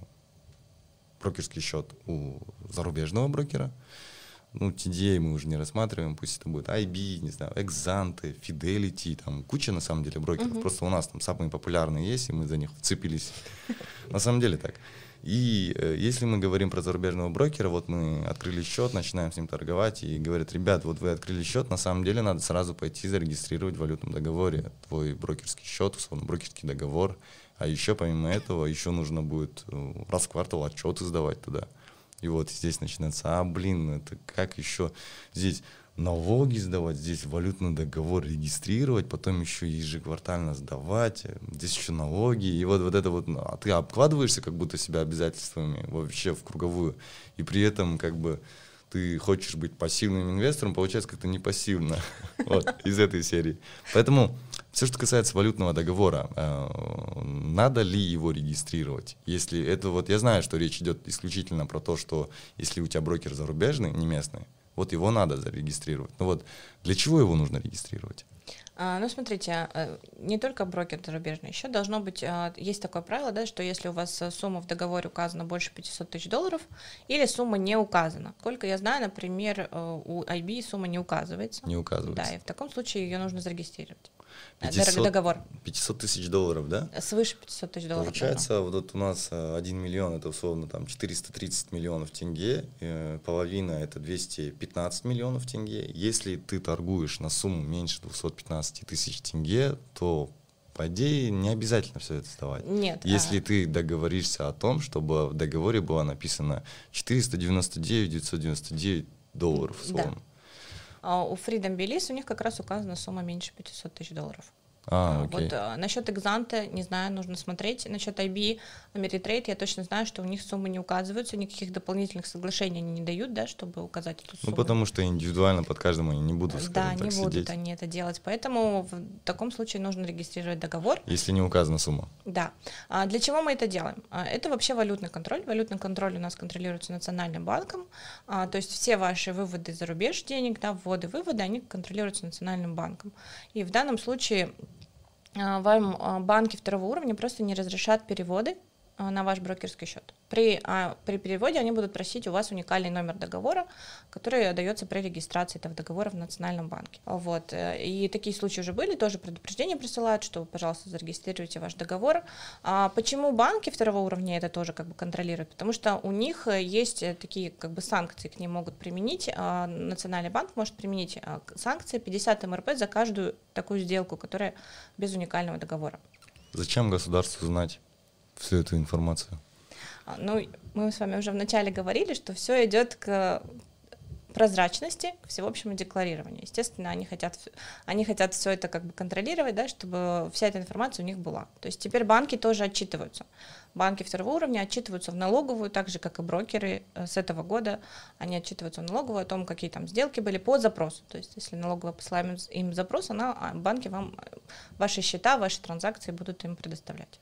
брокерский счет у зарубежного брокера, ну, ти ди эй мы уже не рассматриваем, пусть это будет ай би, не знаю, Exante, Fidelity, там куча, на самом деле, брокеров. Uh-huh. Просто у нас там самые популярные есть, и мы за них вцепились. На самом деле так. И э, если мы говорим про зарубежного брокера, вот мы открыли счет, начинаем с ним торговать, и говорят: ребят, вот вы открыли счет, на самом деле надо сразу пойти зарегистрировать в валютном договоре твой брокерский счет, условно, брокерский договор. А еще помимо этого, еще нужно будет раз в квартал отчеты сдавать туда. И вот здесь начинается: а, блин, это как еще здесь налоги сдавать, здесь валютный договор регистрировать, потом еще ежеквартально сдавать, здесь еще налоги. И вот, вот это вот, а ты обкладываешься как будто себя обязательствами вообще в круговую. И при этом как бы ты хочешь быть пассивным инвестором, получается как-то не пассивно. Вот, из этой серии. Поэтому все, что касается валютного договора, э, надо ли его регистрировать? Если это вот, я знаю, что речь идет исключительно про то, что если у тебя брокер зарубежный, не местный, вот его надо зарегистрировать. Но вот для чего его нужно регистрировать? А, ну, смотрите, не только брокер зарубежный, еще должно быть, есть такое правило, да, что если у вас сумма в договоре указана больше пятьсот тысяч долларов, или сумма не указана. Сколько я знаю, например, у ай би сумма не указывается. Не указывается. Да, и в таком случае ее нужно зарегистрировать. пятьсот, договор. пятьсот тысяч долларов, да? Свыше пятьсот тысяч долларов. Получается, вот, вот у нас один миллион, это условно там четыреста тридцать миллионов тенге, э, половина это двести пятнадцать миллионов тенге. Если ты торгуешь на сумму меньше двухсот пятнадцати тысяч тенге, то по идее не обязательно все это сдавать. Нет. Если а... ты договоришься о том, чтобы в договоре было написано четыреста девяносто девять тысяч девятьсот девяносто девять долларов, условно. Да. У Freedom Belize у них как раз указана сумма меньше пятисот тысяч долларов. А, окей. Вот а, насчет Exante, не знаю, нужно смотреть. Насчет ай би, Ameritrade, я точно знаю, что у них суммы не указываются, никаких дополнительных соглашений они не дают, да, чтобы указать эту сумму. Ну, потому что индивидуально под каждым они не будут, скажем да, так, не сидеть. будут они это делать, поэтому в таком случае нужно регистрировать договор. Если не указана сумма. Да. А для чего мы это делаем? А, это вообще валютный контроль. Валютный контроль у нас контролируется Национальным банком, а, то есть все ваши выводы за рубеж денег, да, вводы, выводы, они контролируются Национальным банком. И в данном случае вам банки второго уровня просто не разрешат переводы на ваш брокерский счет. При, а, при переводе они будут просить у вас уникальный номер договора, который дается при регистрации этого договора в Национальном банке. Вот. И такие случаи уже были, тоже предупреждение присылают, что, пожалуйста, зарегистрируйте ваш договор. А почему банки второго уровня это тоже как бы контролируют? Потому что у них есть такие как бы санкции, к ним могут применить. А Национальный банк может применить санкции пятьдесят эм эр пэ за каждую такую сделку, которая без уникального договора. Зачем государству знать всю эту информацию? Ну, мы с вами уже вначале говорили, что все идет к прозрачности, к всеобщему декларированию. Естественно, они хотят, они хотят все это как бы контролировать, да, чтобы вся эта информация у них была. То есть теперь банки тоже отчитываются. Банки второго уровня отчитываются в налоговую, так же, как и брокеры с этого года. Они отчитываются в налоговую о том, какие там сделки были по запросу. То есть если налоговая посылаем им запрос, она, банки вам ваши счета, ваши транзакции будут им предоставлять.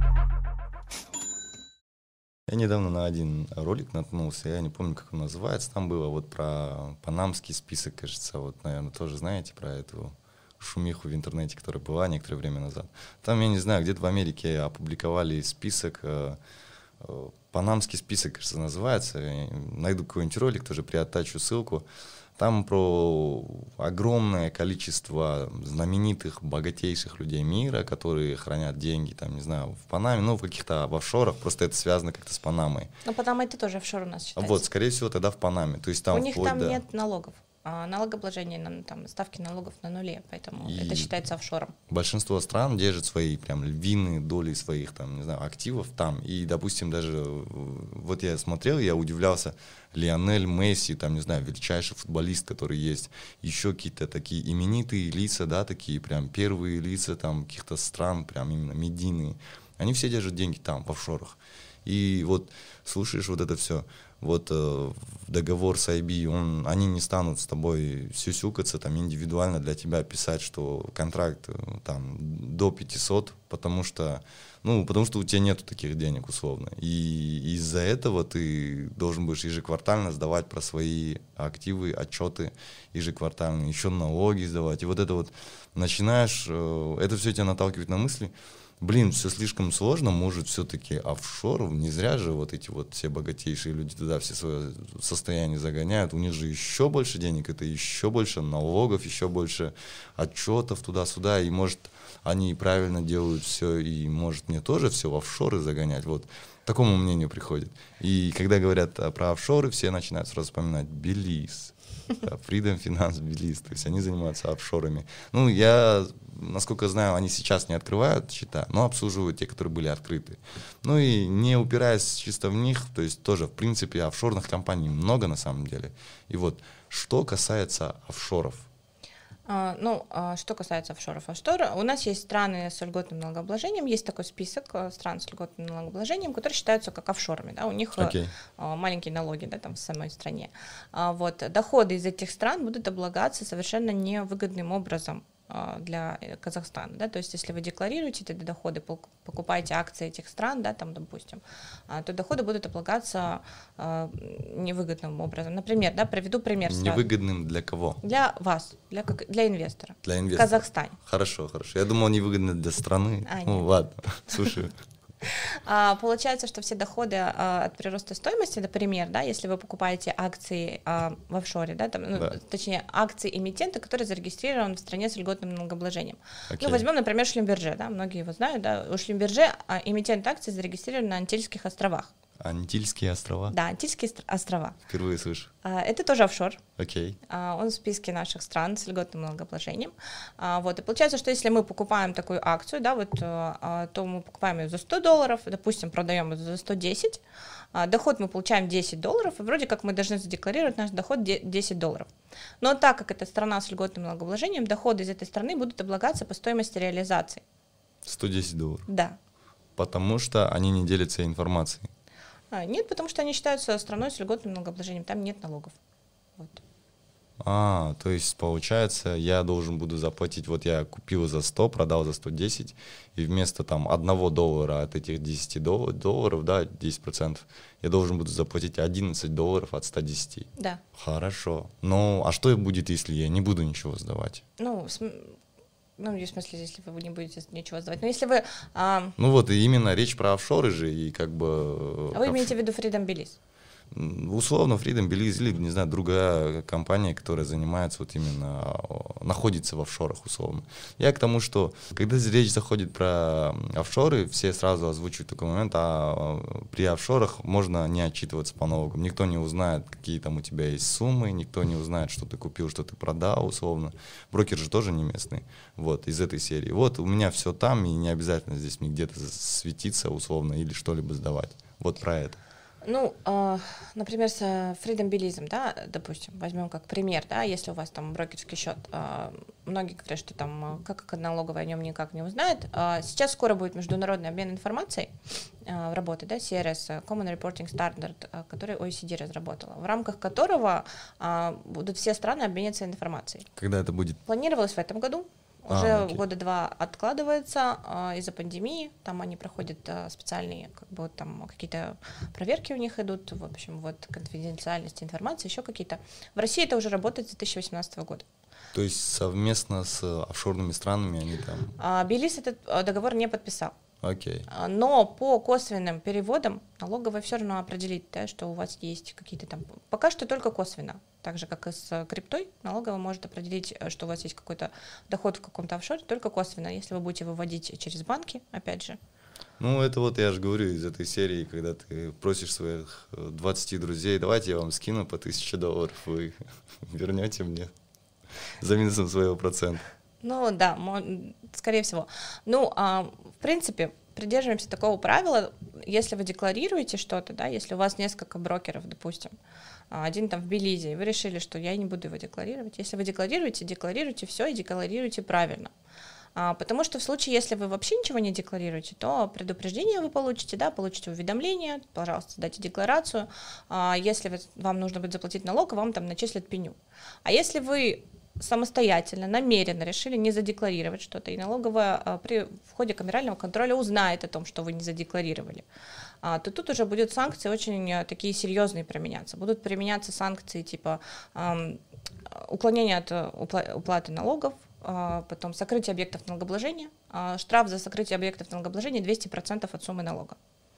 Я недавно на один ролик наткнулся, я не помню, как он называется, там было вот про панамский список, кажется, вот, наверное, тоже знаете про эту шумиху в интернете, которая была некоторое время назад. Там, я не знаю, где-то в Америке опубликовали список, э, э, панамский список, кажется, называется, я найду какой-нибудь ролик, тоже приоттачу ссылку. Там про огромное количество знаменитых, богатейших людей мира, которые хранят деньги, там, не знаю, в Панаме, ну, в каких-то офшорах, просто это связано как-то с Панамой. Но Панама это тоже офшор у нас считается. Вот, скорее всего, тогда в Панаме. То есть там у них там до... нет налогов. А налогообложение, там, ставки налогов на нуле, поэтому и это считается офшором. Большинство стран держит свои прям львиные доли своих там, не знаю, активов там. И, допустим, даже вот я смотрел, я удивлялся, Лионель Месси, там, не знаю, величайший футболист, который есть, еще какие-то такие именитые лица, да, такие прям первые лица там каких-то стран, прям именно медийные. Они все держат деньги там, в офшорах. И вот слушаешь вот это все. вот э, договор с ай би, он, они не станут с тобой сюсюкаться, там, индивидуально для тебя писать, что контракт э, там до пятисот, потому что, ну, потому что у тебя нету таких денег, условно. И из-за этого ты должен будешь ежеквартально сдавать про свои активы, отчеты ежеквартально, еще налоги сдавать. И вот это вот начинаешь, э, это все тебя наталкивает на мысли, блин, все слишком сложно, может, все-таки офшор, не зря же вот эти вот все богатейшие люди туда все свое состояние загоняют, у них же еще больше денег, это еще больше налогов, еще больше отчетов туда-сюда, и может, они правильно делают все, и может мне тоже все в офшоры загонять, вот, к такому мнению приходит. И когда говорят про офшоры, все начинают сразу вспоминать Белиз, Freedom Finance Белиз, то есть они занимаются офшорами. Ну, я, насколько знаю, они сейчас не открывают счета, но обслуживают те, которые были открыты. Ну и не упираясь чисто в них, то есть тоже, в принципе, офшорных компаний много на самом деле. И вот, что касается офшоров. Uh, ну, uh, что касается офшоров, офшор, у нас есть страны с льготным налогообложением, есть такой список uh, стран с льготным налогообложением, которые считаются как офшорами, да, у них okay. uh, маленькие налоги, да, там в самой стране. Uh, вот, доходы из этих стран будут облагаться совершенно невыгодным образом для Казахстана, да, то есть если вы декларируете эти доходы, покупаете акции этих стран, да, там, допустим, то доходы будут облагаться невыгодным образом. Например, да, приведу пример. Невыгодным сразу. Для кого? Для вас, для, для инвестора. Для инвестора. В Казахстане. Хорошо, хорошо. Я думал, невыгодно для страны. А, ну, ладно, слушаю. А, получается, что все доходы а, от прироста стоимости, например, да, если вы покупаете акции а, в офшоре, да, там, ну, да. точнее, акции эмитента, который зарегистрирован в стране с льготным налогообложением. Okay. Ну, возьмем, например, Шлюмберже, да, многие его знают, да, у Шлюмберже а, эмитент акций зарегистрирован на Антильских островах. Антильские острова? Да, Антильские острова. Впервые слышу. А, это тоже офшор. Окей. Okay. Он в списке наших стран с льготным налогообложением. А, вот, и получается, что если мы покупаем такую акцию, да, вот, а, то мы покупаем ее за сто долларов, допустим, продаем ее за сто десять, а, доход мы получаем десять долларов, и вроде как мы должны задекларировать наш доход десять долларов. Но так как это страна с льготным налогообложением, доходы из этой страны будут облагаться по стоимости реализации. сто десять долларов? Да. Потому что они не делятся информацией? А, нет, потому что они считаются страной с льготным налогообложением, там нет налогов. Вот. А, то есть получается, я должен буду заплатить, вот я купил за сто, продал за сто десять, и вместо там одного доллара от этих десяти долларов, да, десять процентов, я должен буду заплатить одиннадцать долларов от ста десяти. Да. Хорошо. Ну, а что будет, если я не буду ничего сдавать? Ну, Ну, в смысле, если вы не будете ничего сдавать. Но если вы... А... Ну вот, и именно речь про офшоры же, и как бы... А вы имеете в виду Freedom Belize? Условно, Freedom Belize или, не знаю, другая компания, которая занимается вот именно, находится в офшорах, условно. Я к тому, что, когда речь заходит про офшоры, все сразу озвучивают такой момент, а при офшорах можно не отчитываться по налогам. Никто не узнает, какие там у тебя есть суммы, никто не узнает, что ты купил, что ты продал, условно. Брокер же тоже не местный, вот, из этой серии. Вот, у меня все там, и не обязательно здесь мне где-то светиться, условно, или что-либо сдавать. Вот про это. Ну, э, например, с Freedom Belize, да, допустим, возьмем как пример, да, если у вас там брокерский счет, э, многие говорят, что там, как налоговая о нем никак не узнает. Э, сейчас скоро будет международный обмен информацией, э, работы, да, си эр эс, Common Reporting Standard, э, который о и си ди разработала, в рамках которого э, будут все страны обменяться информацией. Когда это будет? Планировалось в этом году. Уже а, года два откладывается а, из-за пандемии. Там они проходят а, специальные, как бы там какие-то проверки у них идут, в общем, вот конфиденциальность информации, еще какие-то. В России это уже работает с две тысячи восемнадцатого года. То есть совместно с офшорными странами они там? А, Белиз этот договор не подписал. Окей. Но по косвенным переводам налоговая все равно определит, да, что у вас есть какие-то там... Пока что только косвенно. Так же, как и с криптой, налоговая может определить, что у вас есть какой-то доход в каком-то офшоре, только косвенно, если вы будете выводить через банки, опять же. Ну, это вот я же говорю из этой серии, когда ты просишь своих двадцати друзей, давайте я вам скину по тысяче долларов, вы вернете мне за минусом своего процента. Ну, да, скорее всего. Ну, а, в принципе, придерживаемся такого правила, если вы декларируете что-то, да, если у вас несколько брокеров, допустим, один там в Белизе, и вы решили, что я не буду его декларировать. Если вы декларируете, декларируйте все и декларируйте правильно. А, потому что в случае, если вы вообще ничего не декларируете, то предупреждение вы получите, да, получите уведомление, пожалуйста, дайте декларацию. А, если вы, вам нужно будет заплатить налог, вам там начислят пеню. А если вы самостоятельно, намеренно решили не задекларировать что-то, и налоговая а, при в ходе камерального контроля узнает о том, что вы не задекларировали, а, то тут уже будут санкции очень а, такие серьезные применяться. Будут применяться санкции типа а, уклонения от упла- уплаты налогов, а, потом сокрытие объектов налогообложения, а, штраф за сокрытие объектов налогообложения двести процентов от суммы налога.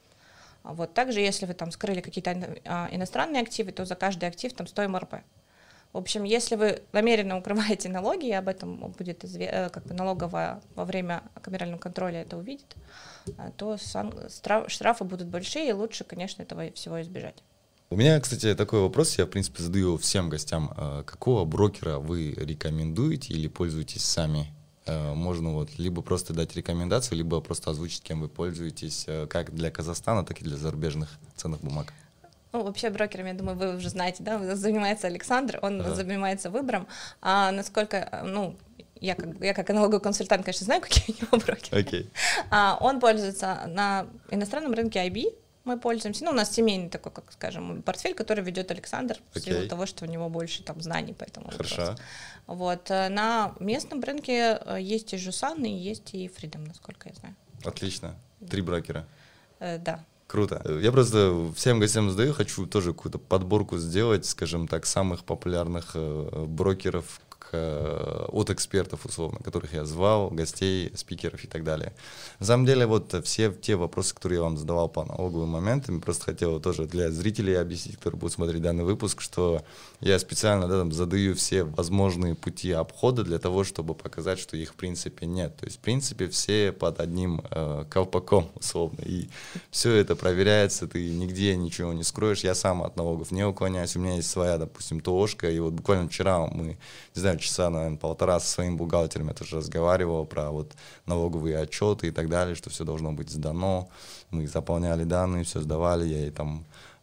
А вот также, если вы там скрыли какие-то а, иностранные активы, то за каждый актив там сто эм эр пэ. В общем, если вы намеренно укрываете налоги, и об этом будет изве- как бы налоговая во время камерального контроля это увидит, то сан- штрафы будут большие, и лучше, конечно, этого всего избежать. У меня, кстати, такой вопрос, я, в принципе, задаю всем гостям. Какого брокера вы рекомендуете или пользуетесь сами? Можно вот либо просто дать рекомендацию, либо просто озвучить, кем вы пользуетесь, как для Казахстана, так и для зарубежных ценных бумаг. Ну, вообще брокером, я думаю, вы уже знаете, да, занимается Александр, он ага. занимается выбором. А насколько, ну, я как, я как налоговый консультант, конечно, знаю, какие у него брокеры. Okay. А, он пользуется на иностранном рынке ай би, мы пользуемся. Ну, у нас семейный такой, как скажем, портфель, который ведет Александр, в okay. силу того, что у него больше там знаний по этому Хорошо. вопросу. Вот. На местном рынке есть и Жусан, и есть и Freedom, насколько я знаю. Отлично. Три брокера. Э, да. Круто. Я просто всем гостям задаю, хочу тоже какую-то подборку сделать, скажем так, самых популярных э, брокеров к, э, от экспертов, условно, которых я звал, гостей, спикеров и так далее. На самом деле, вот все те вопросы, которые я вам задавал по налоговым моментам, просто хотел тоже для зрителей объяснить, которые будут смотреть данный выпуск, что я специально да, там, задаю все возможные пути обхода для того, чтобы показать, что их в принципе нет. То есть, в принципе, все под одним э, колпаком, условно. И все это проверяется, ты нигде ничего не скроешь. Я сам от налогов не уклоняюсь. У меня есть своя, допустим, ТОшка. И вот буквально вчера мы, не знаю, часа, наверное, полтора со своим бухгалтером я тоже разговаривал про вот налоговые отчеты и так далее, что все должно быть сдано. Мы заполняли данные, все сдавали, я ей там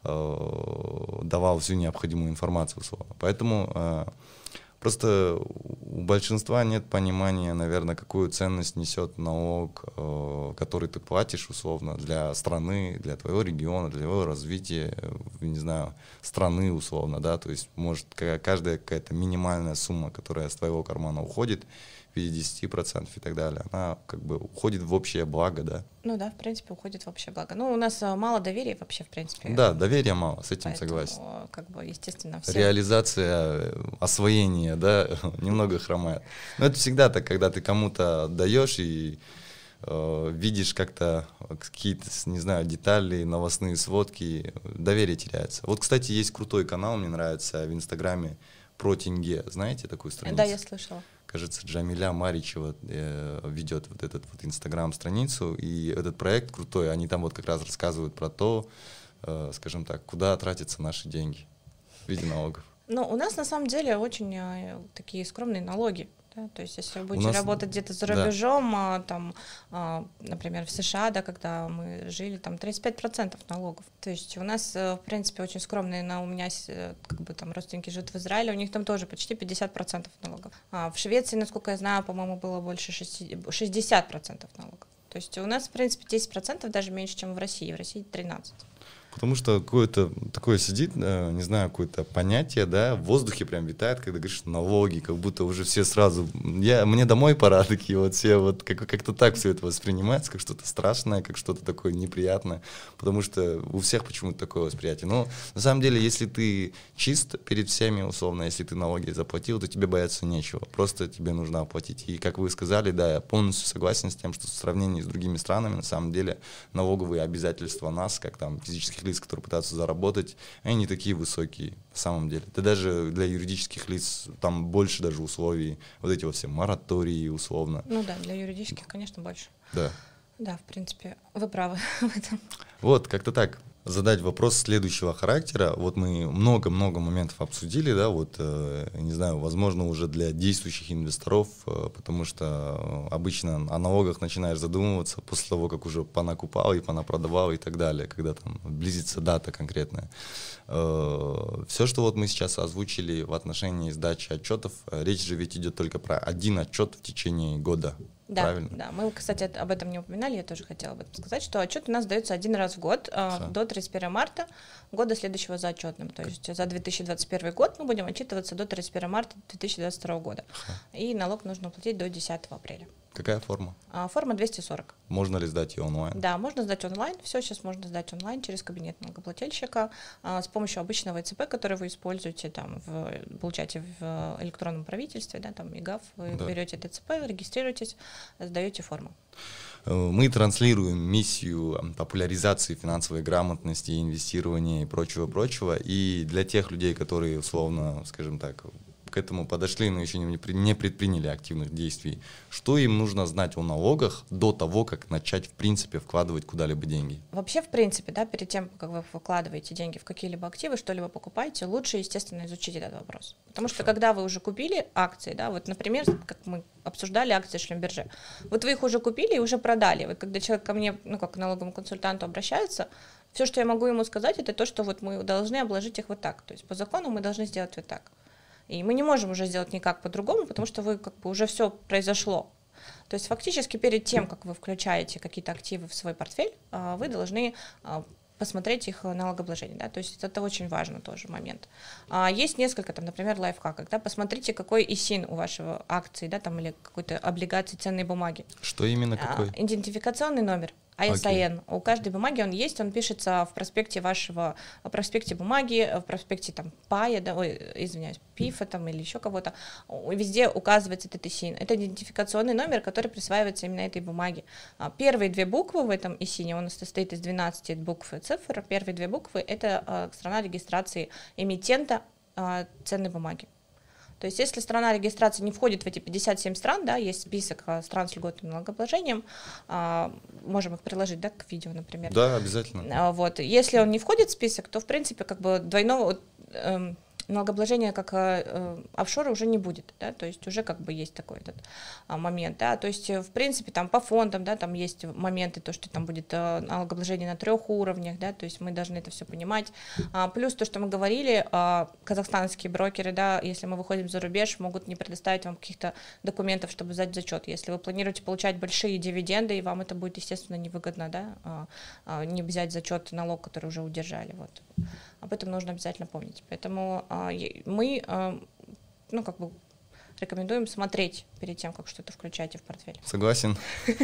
э, давал всю необходимую информацию, условно. Поэтому э, просто у большинства нет понимания, наверное, какую ценность несет налог, э, который ты платишь, условно, для страны, для твоего региона, для твоего развития, не знаю, страны, условно, да, то есть, может, каждая какая-то минимальная сумма, которая с твоего кармана уходит, в виде десяти процентов и так далее, она как бы уходит в общее благо, да. Ну да, в принципе, уходит в общее благо. Ну, у нас мало доверия вообще, в принципе. Да, доверия мало, с этим Поэтому, согласен. как бы, естественно, все... Реализация, освоение, да, немного хромает. Но это всегда так, когда ты кому-то отдаешь и э, видишь как-то какие-то, не знаю, детали, новостные сводки, доверие теряется. Вот, кстати, есть крутой канал, мне нравится, в Инстаграме, про тенге. Знаете такую страницу? Да, я слышала. Кажется, Джамиля Маричева э, ведет вот этот вот инстаграм-страницу, и этот проект крутой, они там вот как раз рассказывают про то, э, скажем так, куда тратятся наши деньги в виде налогов. Ну, у нас на самом деле очень э, такие скромные налоги. Да? То есть, если вы будете нас... работать где-то за рубежом, да. а, там, а, например, в США, да, когда мы жили, там тридцать пять процентов налогов. То есть у нас, в принципе, очень скромные, на, у меня как бы там родственники живут в Израиле, у них там тоже почти пятьдесят процентов налогов. А в Швеции, насколько я знаю, по-моему, было больше шестьдесят процентов налогов. То есть у нас, в принципе, десять процентов даже меньше, чем в России. В России тринадцать процентов. Потому что какое-то такое сидит, не знаю, какое-то понятие, да, в воздухе прям витает, когда говоришь налоги, как будто уже все сразу, я, мне домой пора, такие вот все, вот как- как-то так все это воспринимается, как что-то страшное, как что-то такое неприятное, потому что у всех почему-то такое восприятие. Но на самом деле, если ты чист перед всеми, условно, если ты налоги заплатил, то тебе бояться нечего, просто тебе нужно оплатить. И как вы сказали, да, я полностью согласен с тем, что в сравнении с другими странами, на самом деле, налоговые обязательства нас, как там физических лиц, которые пытаются заработать, они не такие высокие на самом деле. Да даже для юридических лиц там больше даже условий, вот эти вот все моратории условно. Ну да, для юридических, конечно, больше. Да. Да, в принципе, вы правы в этом. Вот, как-то так. Задать вопрос следующего характера. Вот мы много-много моментов обсудили, да, вот, э, не знаю, возможно, уже для действующих инвесторов, э, потому что обычно о налогах начинаешь задумываться после того, как уже понакупал и понапродавал и так далее, когда там близится дата конкретная. Э, все, что вот мы сейчас озвучили в отношении сдачи отчетов, речь же ведь идет только про один отчет в течение года. Да, правильно? Да, мы, кстати, об этом не упоминали, я тоже хотела об этом сказать, что отчет у нас дается один раз в год, э, до тридцать первого марта года следующего за отчетным. То есть за две тысячи двадцать первый год мы будем отчитываться до тридцать первого марта две тысячи двадцать второго года. Ага. И налог нужно уплатить до десятого апреля. Какая форма? А, форма двести сорок. Можно ли сдать ее онлайн? Да, можно сдать онлайн. Все сейчас можно сдать онлайн через кабинет налогоплательщика а, с помощью обычного ЭЦП, который вы используете, там, в, получаете в электронном правительстве, да, там, ИГАФ, вы да. берете ТЦП, регистрируетесь, сдаете форму. Мы транслируем миссию популяризации финансовой грамотности, инвестирования и прочего-прочего. И для тех людей, которые, условно, скажем так, к этому подошли, но еще не предприняли активных действий, что им нужно знать о налогах до того, как начать, в принципе, вкладывать куда-либо деньги? Вообще, в принципе, да, перед тем, как вы вкладываете деньги в какие-либо активы, что-либо покупаете, лучше, естественно, изучить этот вопрос. Потому Хорошо. Что когда вы уже купили акции, да, вот, например, как мы обсуждали акции Шлюмберже, вот вы их уже купили и уже продали. Вот когда человек ко мне, ну, как к налоговому консультанту обращается, все, что я могу ему сказать, это то, что вот мы должны обложить их вот так. То есть по закону мы должны сделать вот так. И мы не можем уже сделать никак по-другому, потому что вы как бы уже все произошло. То есть фактически перед тем, как вы включаете какие-то активы в свой портфель, вы должны посмотреть их налогообложение, да, то есть это очень важный тоже момент. Есть несколько, там, например, лайфхаков, да, посмотрите, какой ИСИН у вашего акции, да, там, или какой-то облигации, ценной бумаги. Что именно какой? Идентификационный номер. ай эс ай эн. Okay. У каждой бумаги он есть, он пишется в проспекте вашего, в проспекте бумаги, в проспекте там пая, да, ой, извиняюсь, пифа там или еще кого-то, везде указывается этот ИСИН. Это идентификационный номер, который присваивается именно этой бумаге. Первые две буквы в этом ИСИНе, он состоит из двенадцати букв и цифр, первые две буквы — это страна регистрации эмитента ценной бумаги. То есть если страна регистрации не входит в эти пятьдесят семь стран, да, есть список стран с льготным налогообложением, а, можем их приложить, да, к видео, например. Да, обязательно. А, вот. Если он не входит в список, то, в принципе, как бы двойного э, налогообложения как э, офшора уже не будет, да, то есть уже как бы есть такой этот а, момент, да, то есть в принципе там по фондам, да, там есть моменты, то, что там будет э, налогообложение на трех уровнях, да, то есть мы должны это все понимать, а, плюс то, что мы говорили, а, казахстанские брокеры, да, если мы выходим за рубеж, могут не предоставить вам каких-то документов, чтобы сдать зачет, если вы планируете получать большие дивиденды, и вам это будет, естественно, невыгодно, да, а, а, не взять зачет налог, который уже удержали, вот, об этом нужно обязательно помнить, поэтому мы, ну, как бы рекомендуем смотреть перед тем, как что-то включаете в портфель. Согласен.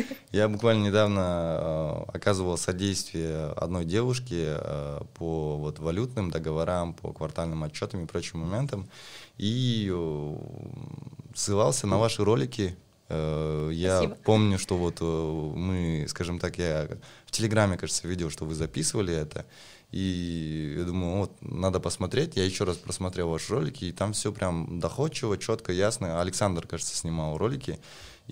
Я буквально недавно оказывал содействие одной девушке по вот валютным договорам, по квартальным отчетам и прочим моментам, и ссылался на ваши ролики. Я Спасибо. помню, что вот мы, скажем так, я в Телеграме, кажется, видел, что вы записывали это. И я думаю, вот, надо посмотреть. Я еще раз просмотрел ваши ролики, и там все прям доходчиво, четко, ясно. Александр, кажется, снимал ролики.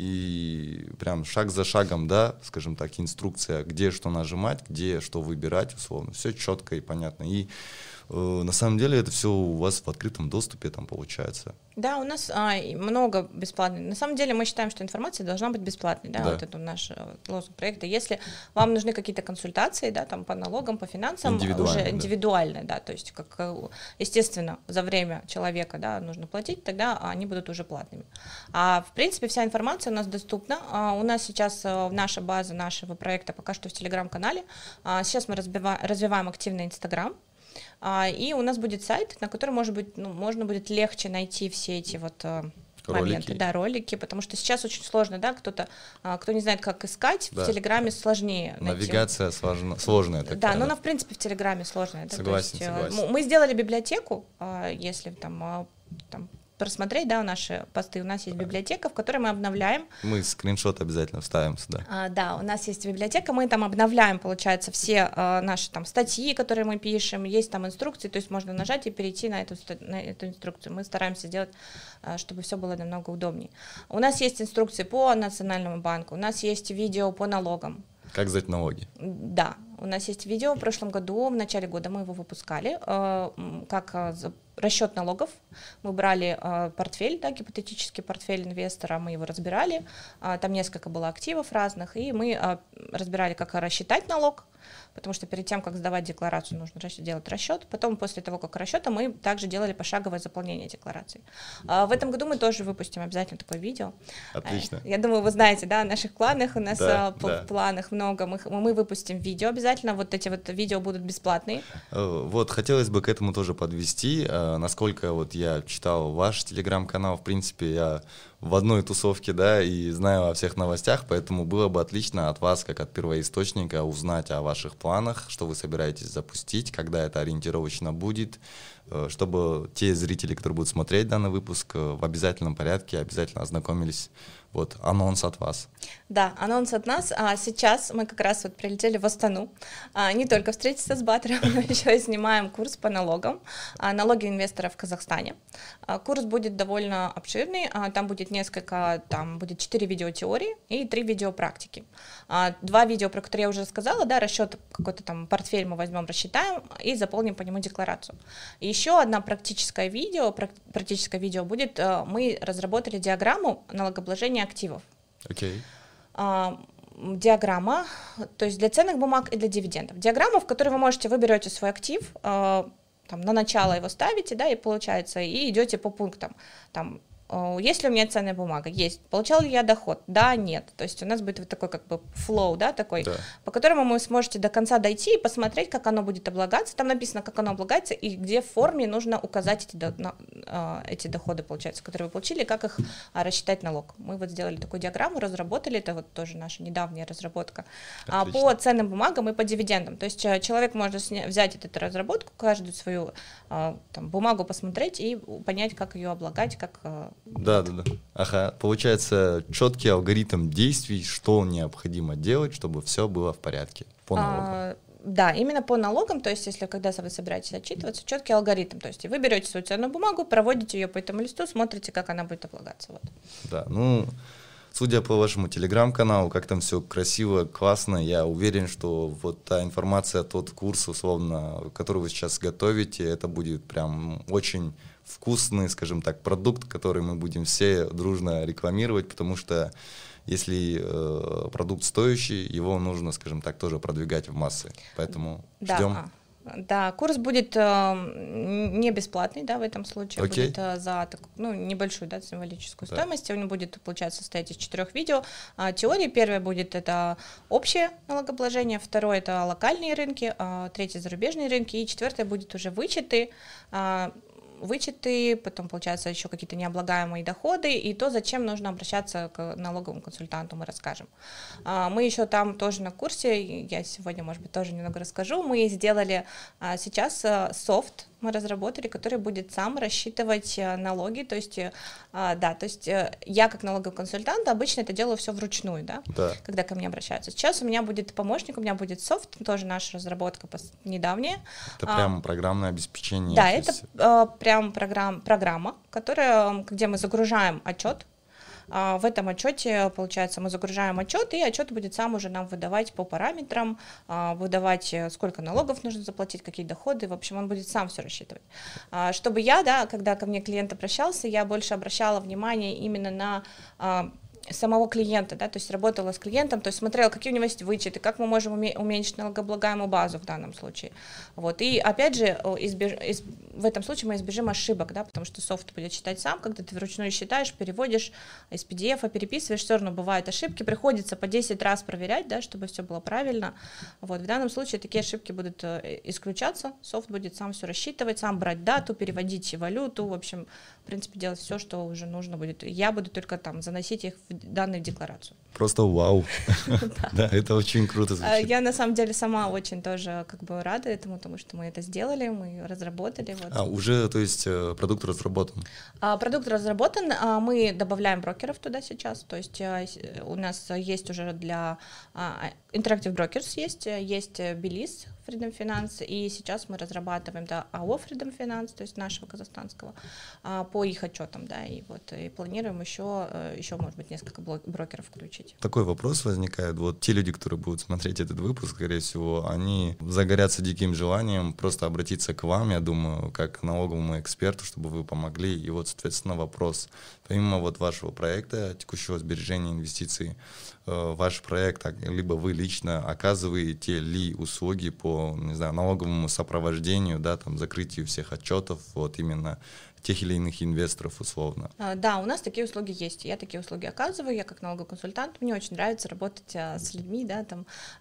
И прям шаг за шагом, да, скажем так, инструкция, где что нажимать, где что выбирать, условно. Все четко и понятно. И э, на самом деле это все у вас в открытом доступе там получается. Да, у нас а, много бесплатной. На самом деле мы считаем, что информация должна быть бесплатной, да, да. Вот это наш лозунг проекта. Если вам нужны какие-то консультации, да, там по налогам, по финансам, индивидуально, уже индивидуально, да. да, то есть, как, естественно, за время человека, да, нужно платить, тогда они будут уже платными. А в принципе вся информация у нас доступна. А, у нас сейчас а, наша база нашего проекта пока что в Телеграм-канале. А, сейчас мы разбива- развиваем активно Инстаграм. И у нас будет сайт, на котором, может быть, ну, можно будет легче найти все эти вот моменты, да, ролики, потому что сейчас очень сложно, да, кто-то, кто не знает, как искать, да. В Телеграме сложнее найти. Навигация сложна, сложная такая. Да, но она, в принципе, в Телеграме сложная. Согласен, да, то есть, согласен. Мы сделали библиотеку, если там, там просмотреть, да, наши посты. У нас есть библиотека, в которой мы обновляем. Мы скриншот обязательно вставим сюда. А, да, у нас есть библиотека, мы там обновляем, получается, все а, наши там статьи, которые мы пишем, есть там инструкции, то есть можно нажать и перейти на эту, на эту инструкцию. Мы стараемся сделать, а, чтобы все было намного удобнее. У нас есть инструкции по Национальному банку, у нас есть видео по налогам. Как сдать налоги? Да, у нас есть видео в прошлом году, в начале года мы его выпускали, э, как расчет налогов. Мы брали э, портфель, да, гипотетический портфель инвестора, мы его разбирали, э, там несколько было активов разных, и мы э, разбирали, как рассчитать налог, потому что перед тем, как сдавать декларацию, нужно делать расчет. Потом, после того, как расчета, мы также делали пошаговое заполнение декларации. А в этом году мы тоже выпустим обязательно такое видео. Отлично. Я думаю, вы знаете, да, о наших планах. У нас да, в да. планах много. Мы, мы выпустим видео обязательно. Вот эти вот видео будут бесплатные. Вот, хотелось бы к этому тоже подвести. Насколько вот я читал ваш телеграм-канал, в принципе, я в одной тусовке, да, и знаю о всех новостях, поэтому было бы отлично от вас, как от первоисточника, узнать о ваших планах, что вы собираетесь запустить, когда это ориентировочно будет, чтобы те зрители, которые будут смотреть данный выпуск, в обязательном порядке обязательно ознакомились. Вот, анонс от вас. Да, анонс от нас. А сейчас мы как раз вот прилетели в Астану. А, не только встретиться с Баттером, но еще и снимаем курс по налогам. А, налоги инвестора в Казахстане. А, курс будет довольно обширный. А, там будет несколько, там будет четыре видеотеории и три видеопрактики. А, два видео, про которые я уже рассказала, да, расчет какой-то там портфель мы возьмем, рассчитаем и заполним по нему декларацию. И еще одна практическое видео, практическое видео будет, мы разработали диаграмму налогообложения активов. Okay. А, диаграмма, то есть для ценных бумаг и для дивидендов. Диаграмма, в которой вы можете, вы берете свой актив, а, там, на начало его ставите, да, и получается, и идете по пунктам. Там, есть ли у меня ценная бумага? Есть. Получал ли я доход? Да, нет. То есть у нас будет вот такой как бы флоу, да, такой, да, по которому вы сможете до конца дойти и посмотреть, как оно будет облагаться. Там написано, как оно облагается и где в форме нужно указать эти, до, на, эти доходы, получается, которые вы получили, как их рассчитать налог. Мы вот сделали такую диаграмму, разработали, это вот тоже наша недавняя разработка. Отлично. По ценным бумагам и по дивидендам. То есть человек может взять эту разработку, каждую свою там, бумагу посмотреть и понять, как ее облагать, как... Да, да, да. Ага, получается четкий алгоритм действий, что необходимо делать, чтобы все было в порядке по налогам. А, да, именно по налогам, то есть если когда вы собираетесь отчитываться, четкий алгоритм, то есть вы берете свою ценную бумагу, проводите ее по этому листу, смотрите, как она будет облагаться. Вот. Да, ну, судя по вашему телеграм-каналу, как там все красиво, классно, я уверен, что вот та информация, тот курс, условно, который вы сейчас готовите, это будет прям очень вкусный, скажем так, продукт, который мы будем все дружно рекламировать, потому что если э, продукт стоящий, его нужно, скажем так, тоже продвигать в массы. Поэтому да. ждем. Да, курс будет э, не бесплатный, да, в этом случае, okay. будет э, за так, ну, небольшую, да, символическую да. стоимость. Он будет, получается, состоять из четырех видео. А, теории первое будет это общее налогообложение, второе это локальные рынки, а, третье зарубежные рынки, и четвертое будет уже вычеты. А, вычеты, потом, получается, еще какие-то необлагаемые доходы, и то, зачем нужно обращаться к налоговому консультанту, мы расскажем. Мы еще там тоже на курсе, я сегодня, может быть, тоже немного расскажу, мы сделали сейчас софт, мы разработали, который будет сам рассчитывать налоги, то есть, да, то есть я как налоговый консультант обычно это делаю все вручную, да, да, когда ко мне обращаются. Сейчас у меня будет помощник, у меня будет софт, тоже наша разработка недавняя. Это прям программное обеспечение. Да, это есть... прям программ, программа, которая, где мы загружаем отчет. В этом отчете, получается, мы загружаем отчет, и отчет будет сам уже нам выдавать по параметрам, выдавать, сколько налогов нужно заплатить, какие доходы, в общем, он будет сам все рассчитывать. Чтобы я, да, когда ко мне клиент обращался, я больше обращала внимание именно на самого клиента, да, то есть работала с клиентом, то есть смотрела, какие у него есть вычеты, как мы можем уменьшить налогооблагаемую базу в данном случае. Вот. И опять же, избеж... из... в этом случае мы избежим ошибок, да, потому что софт будет считать сам, когда ты вручную считаешь, переводишь из пи ди эф, переписываешь, все равно бывают ошибки, приходится по десять раз проверять, да, чтобы все было правильно. Вот. В данном случае такие ошибки будут исключаться, софт будет сам все рассчитывать, сам брать дату, переводить валюту, в общем, в принципе, делать все, что уже нужно будет. Я буду только там заносить их в данную декларацию. Просто вау. Да, это очень круто звучит. Я на самом деле сама очень тоже как бы рада этому, потому что мы это сделали, мы разработали. А, уже, то есть продукт разработан? Продукт разработан, мы добавляем брокеров туда сейчас, то есть у нас есть уже для Interactive Brokers есть, есть Белиз, Freedom Finance, и сейчас мы разрабатываем, да, АО Freedom Finance, то есть нашего казахстанского, по их отчетам, да, и вот и планируем еще, еще, может быть, несколько брокеров включить. Такой вопрос возникает, вот те люди, которые будут смотреть этот выпуск, скорее всего, они загорятся диким желанием просто обратиться к вам, я думаю, как к налоговому эксперту, чтобы вы помогли, и вот, соответственно, вопрос, помимо вот вашего проекта текущего сбережения инвестиций, ваш проект, либо вы лично оказываете ли услуги по, не знаю, налоговому сопровождению, да, там, закрытию всех отчетов, вот именно тех или иных инвесторов условно? Да, у нас такие услуги есть, я такие услуги оказываю, я как налоговый консультант, мне очень нравится работать с людьми, да, там,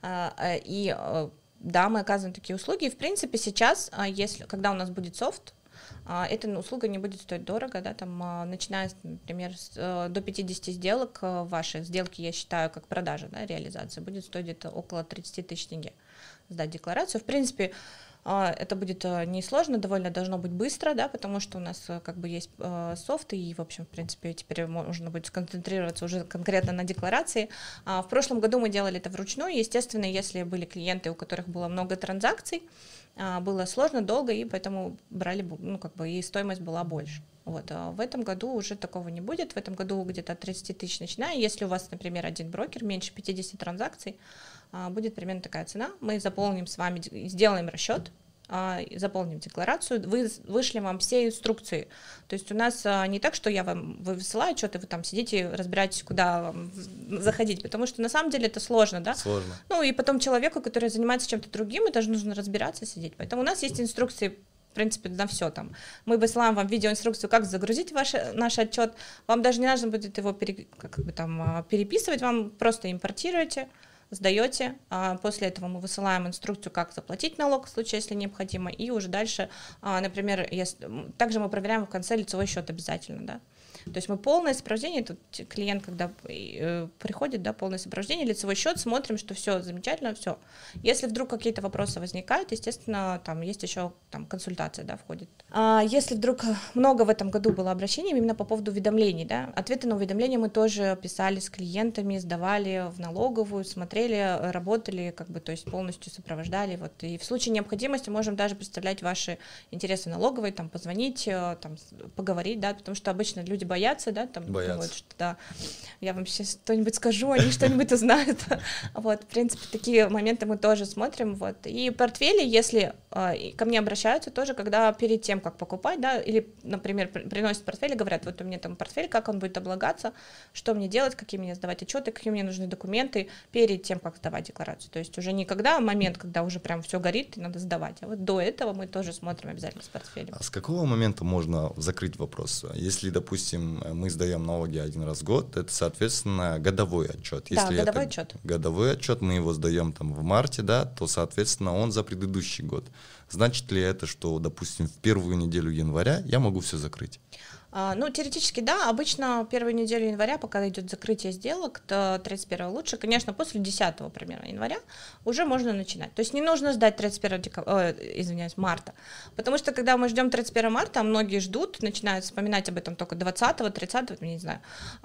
и да, мы оказываем такие услуги, и в принципе сейчас, если, когда у нас будет софт, эта услуга не будет стоить дорого, да, там, начиная, например, с, до пятидесяти сделок, ваши сделки, я считаю, как продажа, да, реализация, будет стоить где-то около тридцать тысяч тенге сдать декларацию. В принципе, это будет несложно, довольно должно быть быстро, да, потому что у нас как бы есть софт, и, в общем, в принципе, теперь можно будет сконцентрироваться уже конкретно на декларации. В прошлом году мы делали это вручную, естественно, если были клиенты, у которых было много транзакций, было сложно, долго, и поэтому брали, ну, как бы, и стоимость была больше. Вот. А в этом году уже такого не будет, в этом году где-то от тридцати тысяч начиная, если у вас, например, один брокер, меньше пятидесяти транзакций, будет примерно такая цена, мы заполним с вами, сделаем расчет, заполним декларацию, вы, вышлем вам все инструкции. То есть у нас не так, что я вам высылаю что-то, вы там сидите, разбираетесь, куда заходить, потому что на самом деле это сложно, да? Сложно. Ну и потом человеку, который занимается чем-то другим, это же нужно разбираться, сидеть. Поэтому у нас есть инструкции, в принципе, на все там. Мы высылаем вам видеоинструкцию, как загрузить ваш, наш отчет. Вам даже не нужно будет его пере, как бы там, переписывать, вам просто импортируете, сдаете, а после этого мы высылаем инструкцию, как заплатить налог в случае, если необходимо, и уже дальше, например, если, также мы проверяем в конце лицевой счет обязательно, да. То есть мы полное сопровождение, тут клиент, когда э, приходит, да, полное сопровождение, лицевой счет, смотрим, что все замечательно, все. Если вдруг какие-то вопросы возникают, естественно, там есть еще там, консультация, да, входит. А если вдруг много в этом году было обращений именно по поводу уведомлений, да, ответы на уведомления мы тоже писали с клиентами, сдавали в налоговую, смотрели, работали, как бы, то есть полностью сопровождали, вот, и в случае необходимости можем даже представлять ваши интересы налоговой, там, позвонить, там, поговорить, да, потому что обычно люди боятся, боятся, да, там, вот, что, да, я вам сейчас что-нибудь скажу, они что-нибудь узнают, вот, в принципе, такие моменты мы тоже смотрим, вот, и портфели, если э, ко мне обращаются тоже, когда перед тем, как покупать, да, или, например, приносят портфель и говорят, вот у меня там портфель, как он будет облагаться, что мне делать, какие мне сдавать отчеты, какие мне нужны документы перед тем, как сдавать декларацию, то есть уже не когда момент, когда уже прям все горит и надо сдавать, а вот до этого мы тоже смотрим обязательно с портфелем. А с какого момента можно закрыть вопрос? Если, допустим, мы сдаем налоги один раз в год, это, соответственно, годовой отчет. Если да, годовой это отчет. Годовой отчет, мы его сдаем там в марте, да, то, соответственно, он за предыдущий год. Значит ли это, что, допустим, в первую неделю января я могу все закрыть? Ну, теоретически, да, обычно первую неделю января, пока идет закрытие сделок, то тридцать первого лучше, конечно, после десятого примерно января уже можно начинать. То есть не нужно ждать тридцать первого декабря, э, извиняюсь, марта, потому что когда мы ждем тридцать первого марта, многие ждут, начинают вспоминать об этом только двадцатого, тридцатого, не знаю.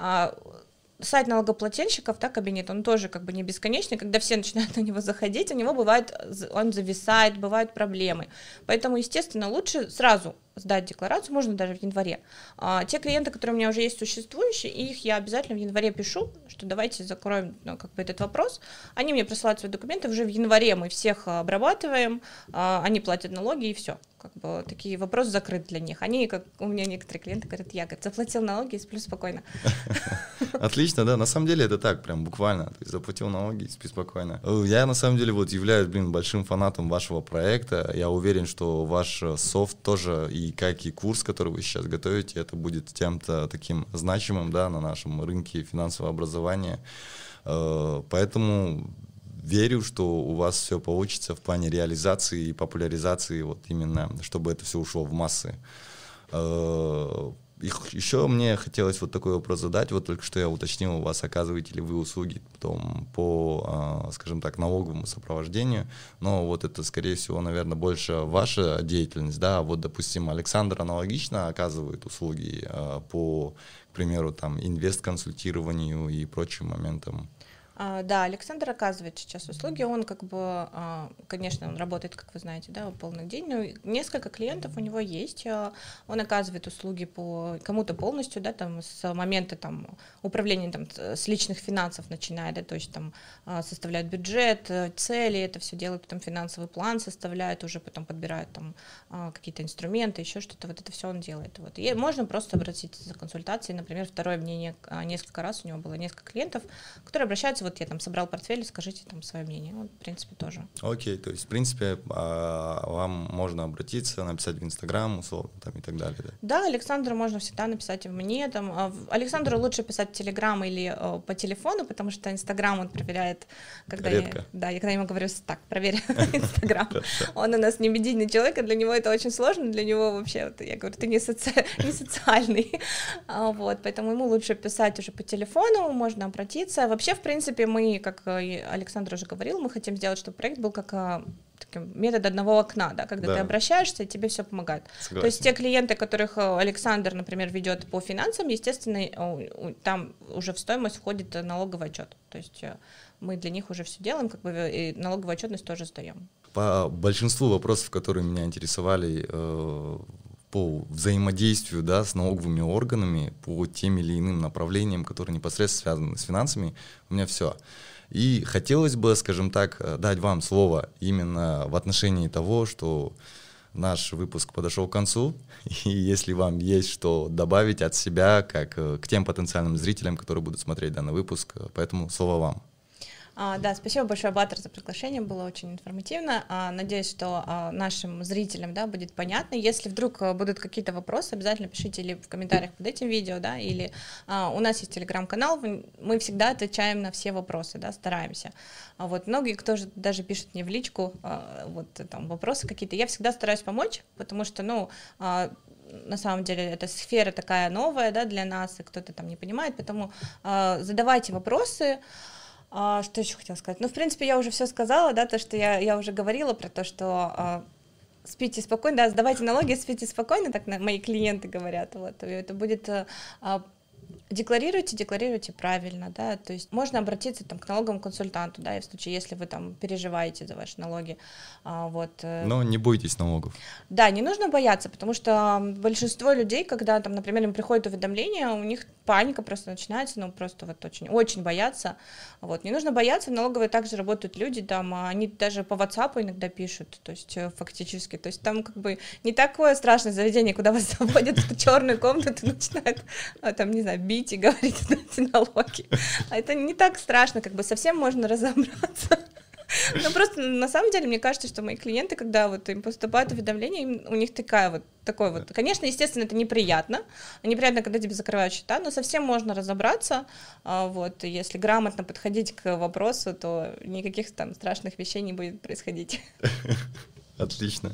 Сайт налогоплательщиков, да, кабинет, он тоже как бы не бесконечный, когда все начинают на него заходить, у него бывает, он зависает, бывают проблемы. Поэтому, естественно, лучше сразу сдать декларацию, можно даже в январе. А, те клиенты, которые у меня уже есть существующие, их я обязательно в январе пишу, что давайте закроем, ну, как бы этот вопрос. Они мне присылают свои документы, уже в январе мы всех обрабатываем, а, они платят налоги и все. Как бы такие вопросы закрыт для них. Они, как у меня некоторые клиенты говорят, я говорит, заплатил налоги и сплю спокойно. Отлично, да, на самом деле это так, прям буквально, то есть заплатил налоги и спи спокойно. Я на самом деле вот являюсь, блин, большим фанатом вашего проекта, я уверен, что ваш софт тоже, и как и курс, который вы сейчас готовите, это будет тем-то таким значимым, да, на нашем рынке финансового образования, поэтому верю, что у вас все получится в плане реализации и популяризации, вот именно, чтобы это все ушло в массы. Еще мне хотелось вот такой вопрос задать, вот только что я уточнил, у вас оказываете ли вы услуги потом по, скажем так, налоговому сопровождению, но вот это, скорее всего, наверное, больше ваша деятельность, да, вот, допустим, Александр аналогично оказывает услуги по, к примеру, там, инвест-консультированию и прочим моментам. А, да, Александр оказывает сейчас услуги, он как бы, а, конечно, он работает, как вы знаете, да, полный день, но несколько клиентов у него есть, а, он оказывает услуги по кому-то полностью, да, там с момента там управления там с личных финансов начиная, да, то есть там а, составляют бюджет, цели, это все делают, потом финансовый план составляют, уже потом подбирают там а, какие-то инструменты, еще что-то, вот это все он делает, вот. И можно просто обратиться за консультацией, например, второе мнение, а, несколько раз у него было несколько клиентов, которые обращаются, вот я там собрал портфель, скажите там свое мнение. Он, в принципе, тоже. Окей, то есть, в принципе, вам можно обратиться, написать в Инстаграм, условно, там и так далее, да? Да, Александру можно всегда написать мне. Там, Александру лучше писать в Телеграм или о, по телефону, потому что Инстаграм он проверяет, когда Редко. я, да, я когда ему говорю, так, проверь Инстаграм. Он у нас не медийный человек, и для него это очень сложно, для него вообще, я говорю, ты не, соци... не социальный. Вот, поэтому ему лучше писать уже по телефону, можно обратиться. Вообще, в принципе, мы, как Александр уже говорил, мы хотим сделать, чтобы проект был как а, таким, метод одного окна, да, когда да. ты обращаешься, и тебе все помогает. Согласен. То есть те клиенты, которых Александр, например, ведет по финансам, естественно, там уже в стоимость входит налоговый отчет. То есть мы для них уже все делаем, как бы и налоговую отчетность тоже сдаем. По большинству вопросов, которые меня интересовали, э по взаимодействию, да, с налоговыми органами, по тем или иным направлениям, которые непосредственно связаны с финансами, у меня все. И хотелось бы, скажем так, дать вам слово именно в отношении того, что наш выпуск подошел к концу, и если вам есть что добавить от себя, как к тем потенциальным зрителям, которые будут смотреть данный выпуск, поэтому слово вам. А, да, спасибо большое, Батыр, за приглашение, было очень информативно. А, надеюсь, что а, нашим зрителям, да, будет понятно. Если вдруг а, будут какие-то вопросы, обязательно пишите или в комментариях под этим видео, да, или а, у нас есть телеграм-канал, мы всегда отвечаем на все вопросы, да, стараемся. А вот многие, кто же даже пишет мне в личку, а, вот там вопросы какие-то, я всегда стараюсь помочь, потому что, ну, а, на самом деле эта сфера такая новая, да, для нас, и кто-то там не понимает, поэтому а, задавайте вопросы. А, что еще хотела сказать? Ну, в принципе, я уже все сказала, да, то, что я, я уже говорила про то, что а, спите спокойно, да, сдавайте налоги, спите спокойно, так мои клиенты говорят, вот, и это будет... А, декларируйте, декларируйте правильно, да, то есть можно обратиться там к налоговому консультанту, да, и в случае, если вы там переживаете за ваши налоги, а, вот. Но не бойтесь налогов. Да, не нужно бояться, потому что большинство людей, когда там, например, им приходит уведомление, у них паника просто начинается, ну, просто вот очень, очень боятся, вот, не нужно бояться, в налоговой также работают люди, там, они даже по WhatsApp иногда пишут, то есть фактически, то есть там как бы не такое страшное заведение, куда вас заводят в черную комнату и начинают, там, не знаю, бить и говорить, знаете, налоги. А это не так страшно, как бы совсем можно разобраться. Ну, просто на самом деле, мне кажется, что мои клиенты, когда вот им поступают уведомления, им, у них такая вот, такой вот, конечно, естественно, это неприятно, неприятно, когда тебе закрывают счета, но совсем можно разобраться, вот, если грамотно подходить к вопросу, то никаких там страшных вещей не будет происходить. Отлично.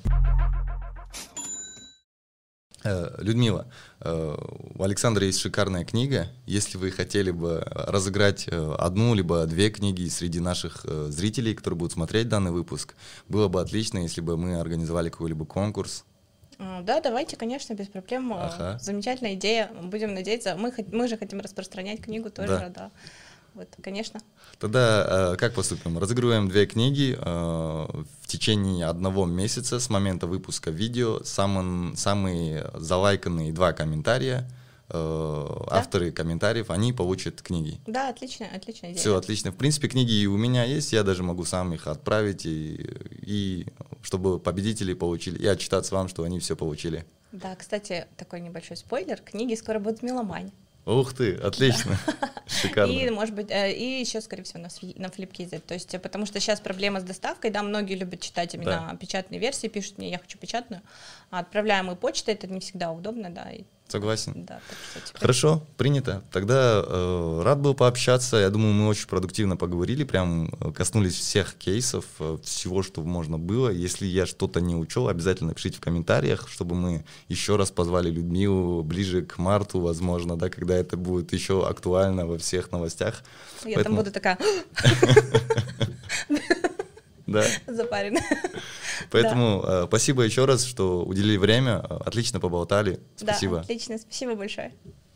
Людмила, у Александра есть шикарная книга. Если вы хотели бы разыграть одну либо две книги среди наших зрителей, которые будут смотреть данный выпуск, было бы отлично, если бы мы организовали какой-либо конкурс. Да, давайте, конечно, без проблем. Ага. Замечательная идея. Будем надеяться. Мы, мы же хотим распространять книгу тоже, да. да. Вот, конечно. Тогда как поступим? Разыгрываем две книги в течение одного месяца с момента выпуска видео. Самые, самые залайканные два комментария, да? Авторы комментариев, они получат книги. Да, отлично, отличная идея. Все отлично. В принципе, книги и у меня есть, я даже могу сам их отправить, и, и чтобы победители получили, и отчитаться вам, что они все получили. Да, кстати, такой небольшой спойлер, книги скоро будут в Меломане. Ух ты, отлично, да. Шикарно. И, может быть, и еще, скорее всего, на, на Flipkizet. То есть, потому что сейчас проблема с доставкой, да, многие любят читать именно да. печатные версии, пишут мне, я хочу печатную, а отправляемую почтой, это не всегда удобно, да. И Согласен. Да, так что теперь... Хорошо, принято. Тогда э, рад был пообщаться. Я думаю, мы очень продуктивно поговорили, прям коснулись всех кейсов, всего, что можно было. Если я что-то не учел, обязательно пишите в комментариях, чтобы мы еще раз позвали Людмилу ближе к марту, возможно, да, когда это будет еще актуально во всех новостях. Я Поэтому... там буду такая... Да. Запаренная. Поэтому да. э, спасибо еще раз, что уделили время. Отлично поболтали. Спасибо. Да, отлично. Спасибо большое.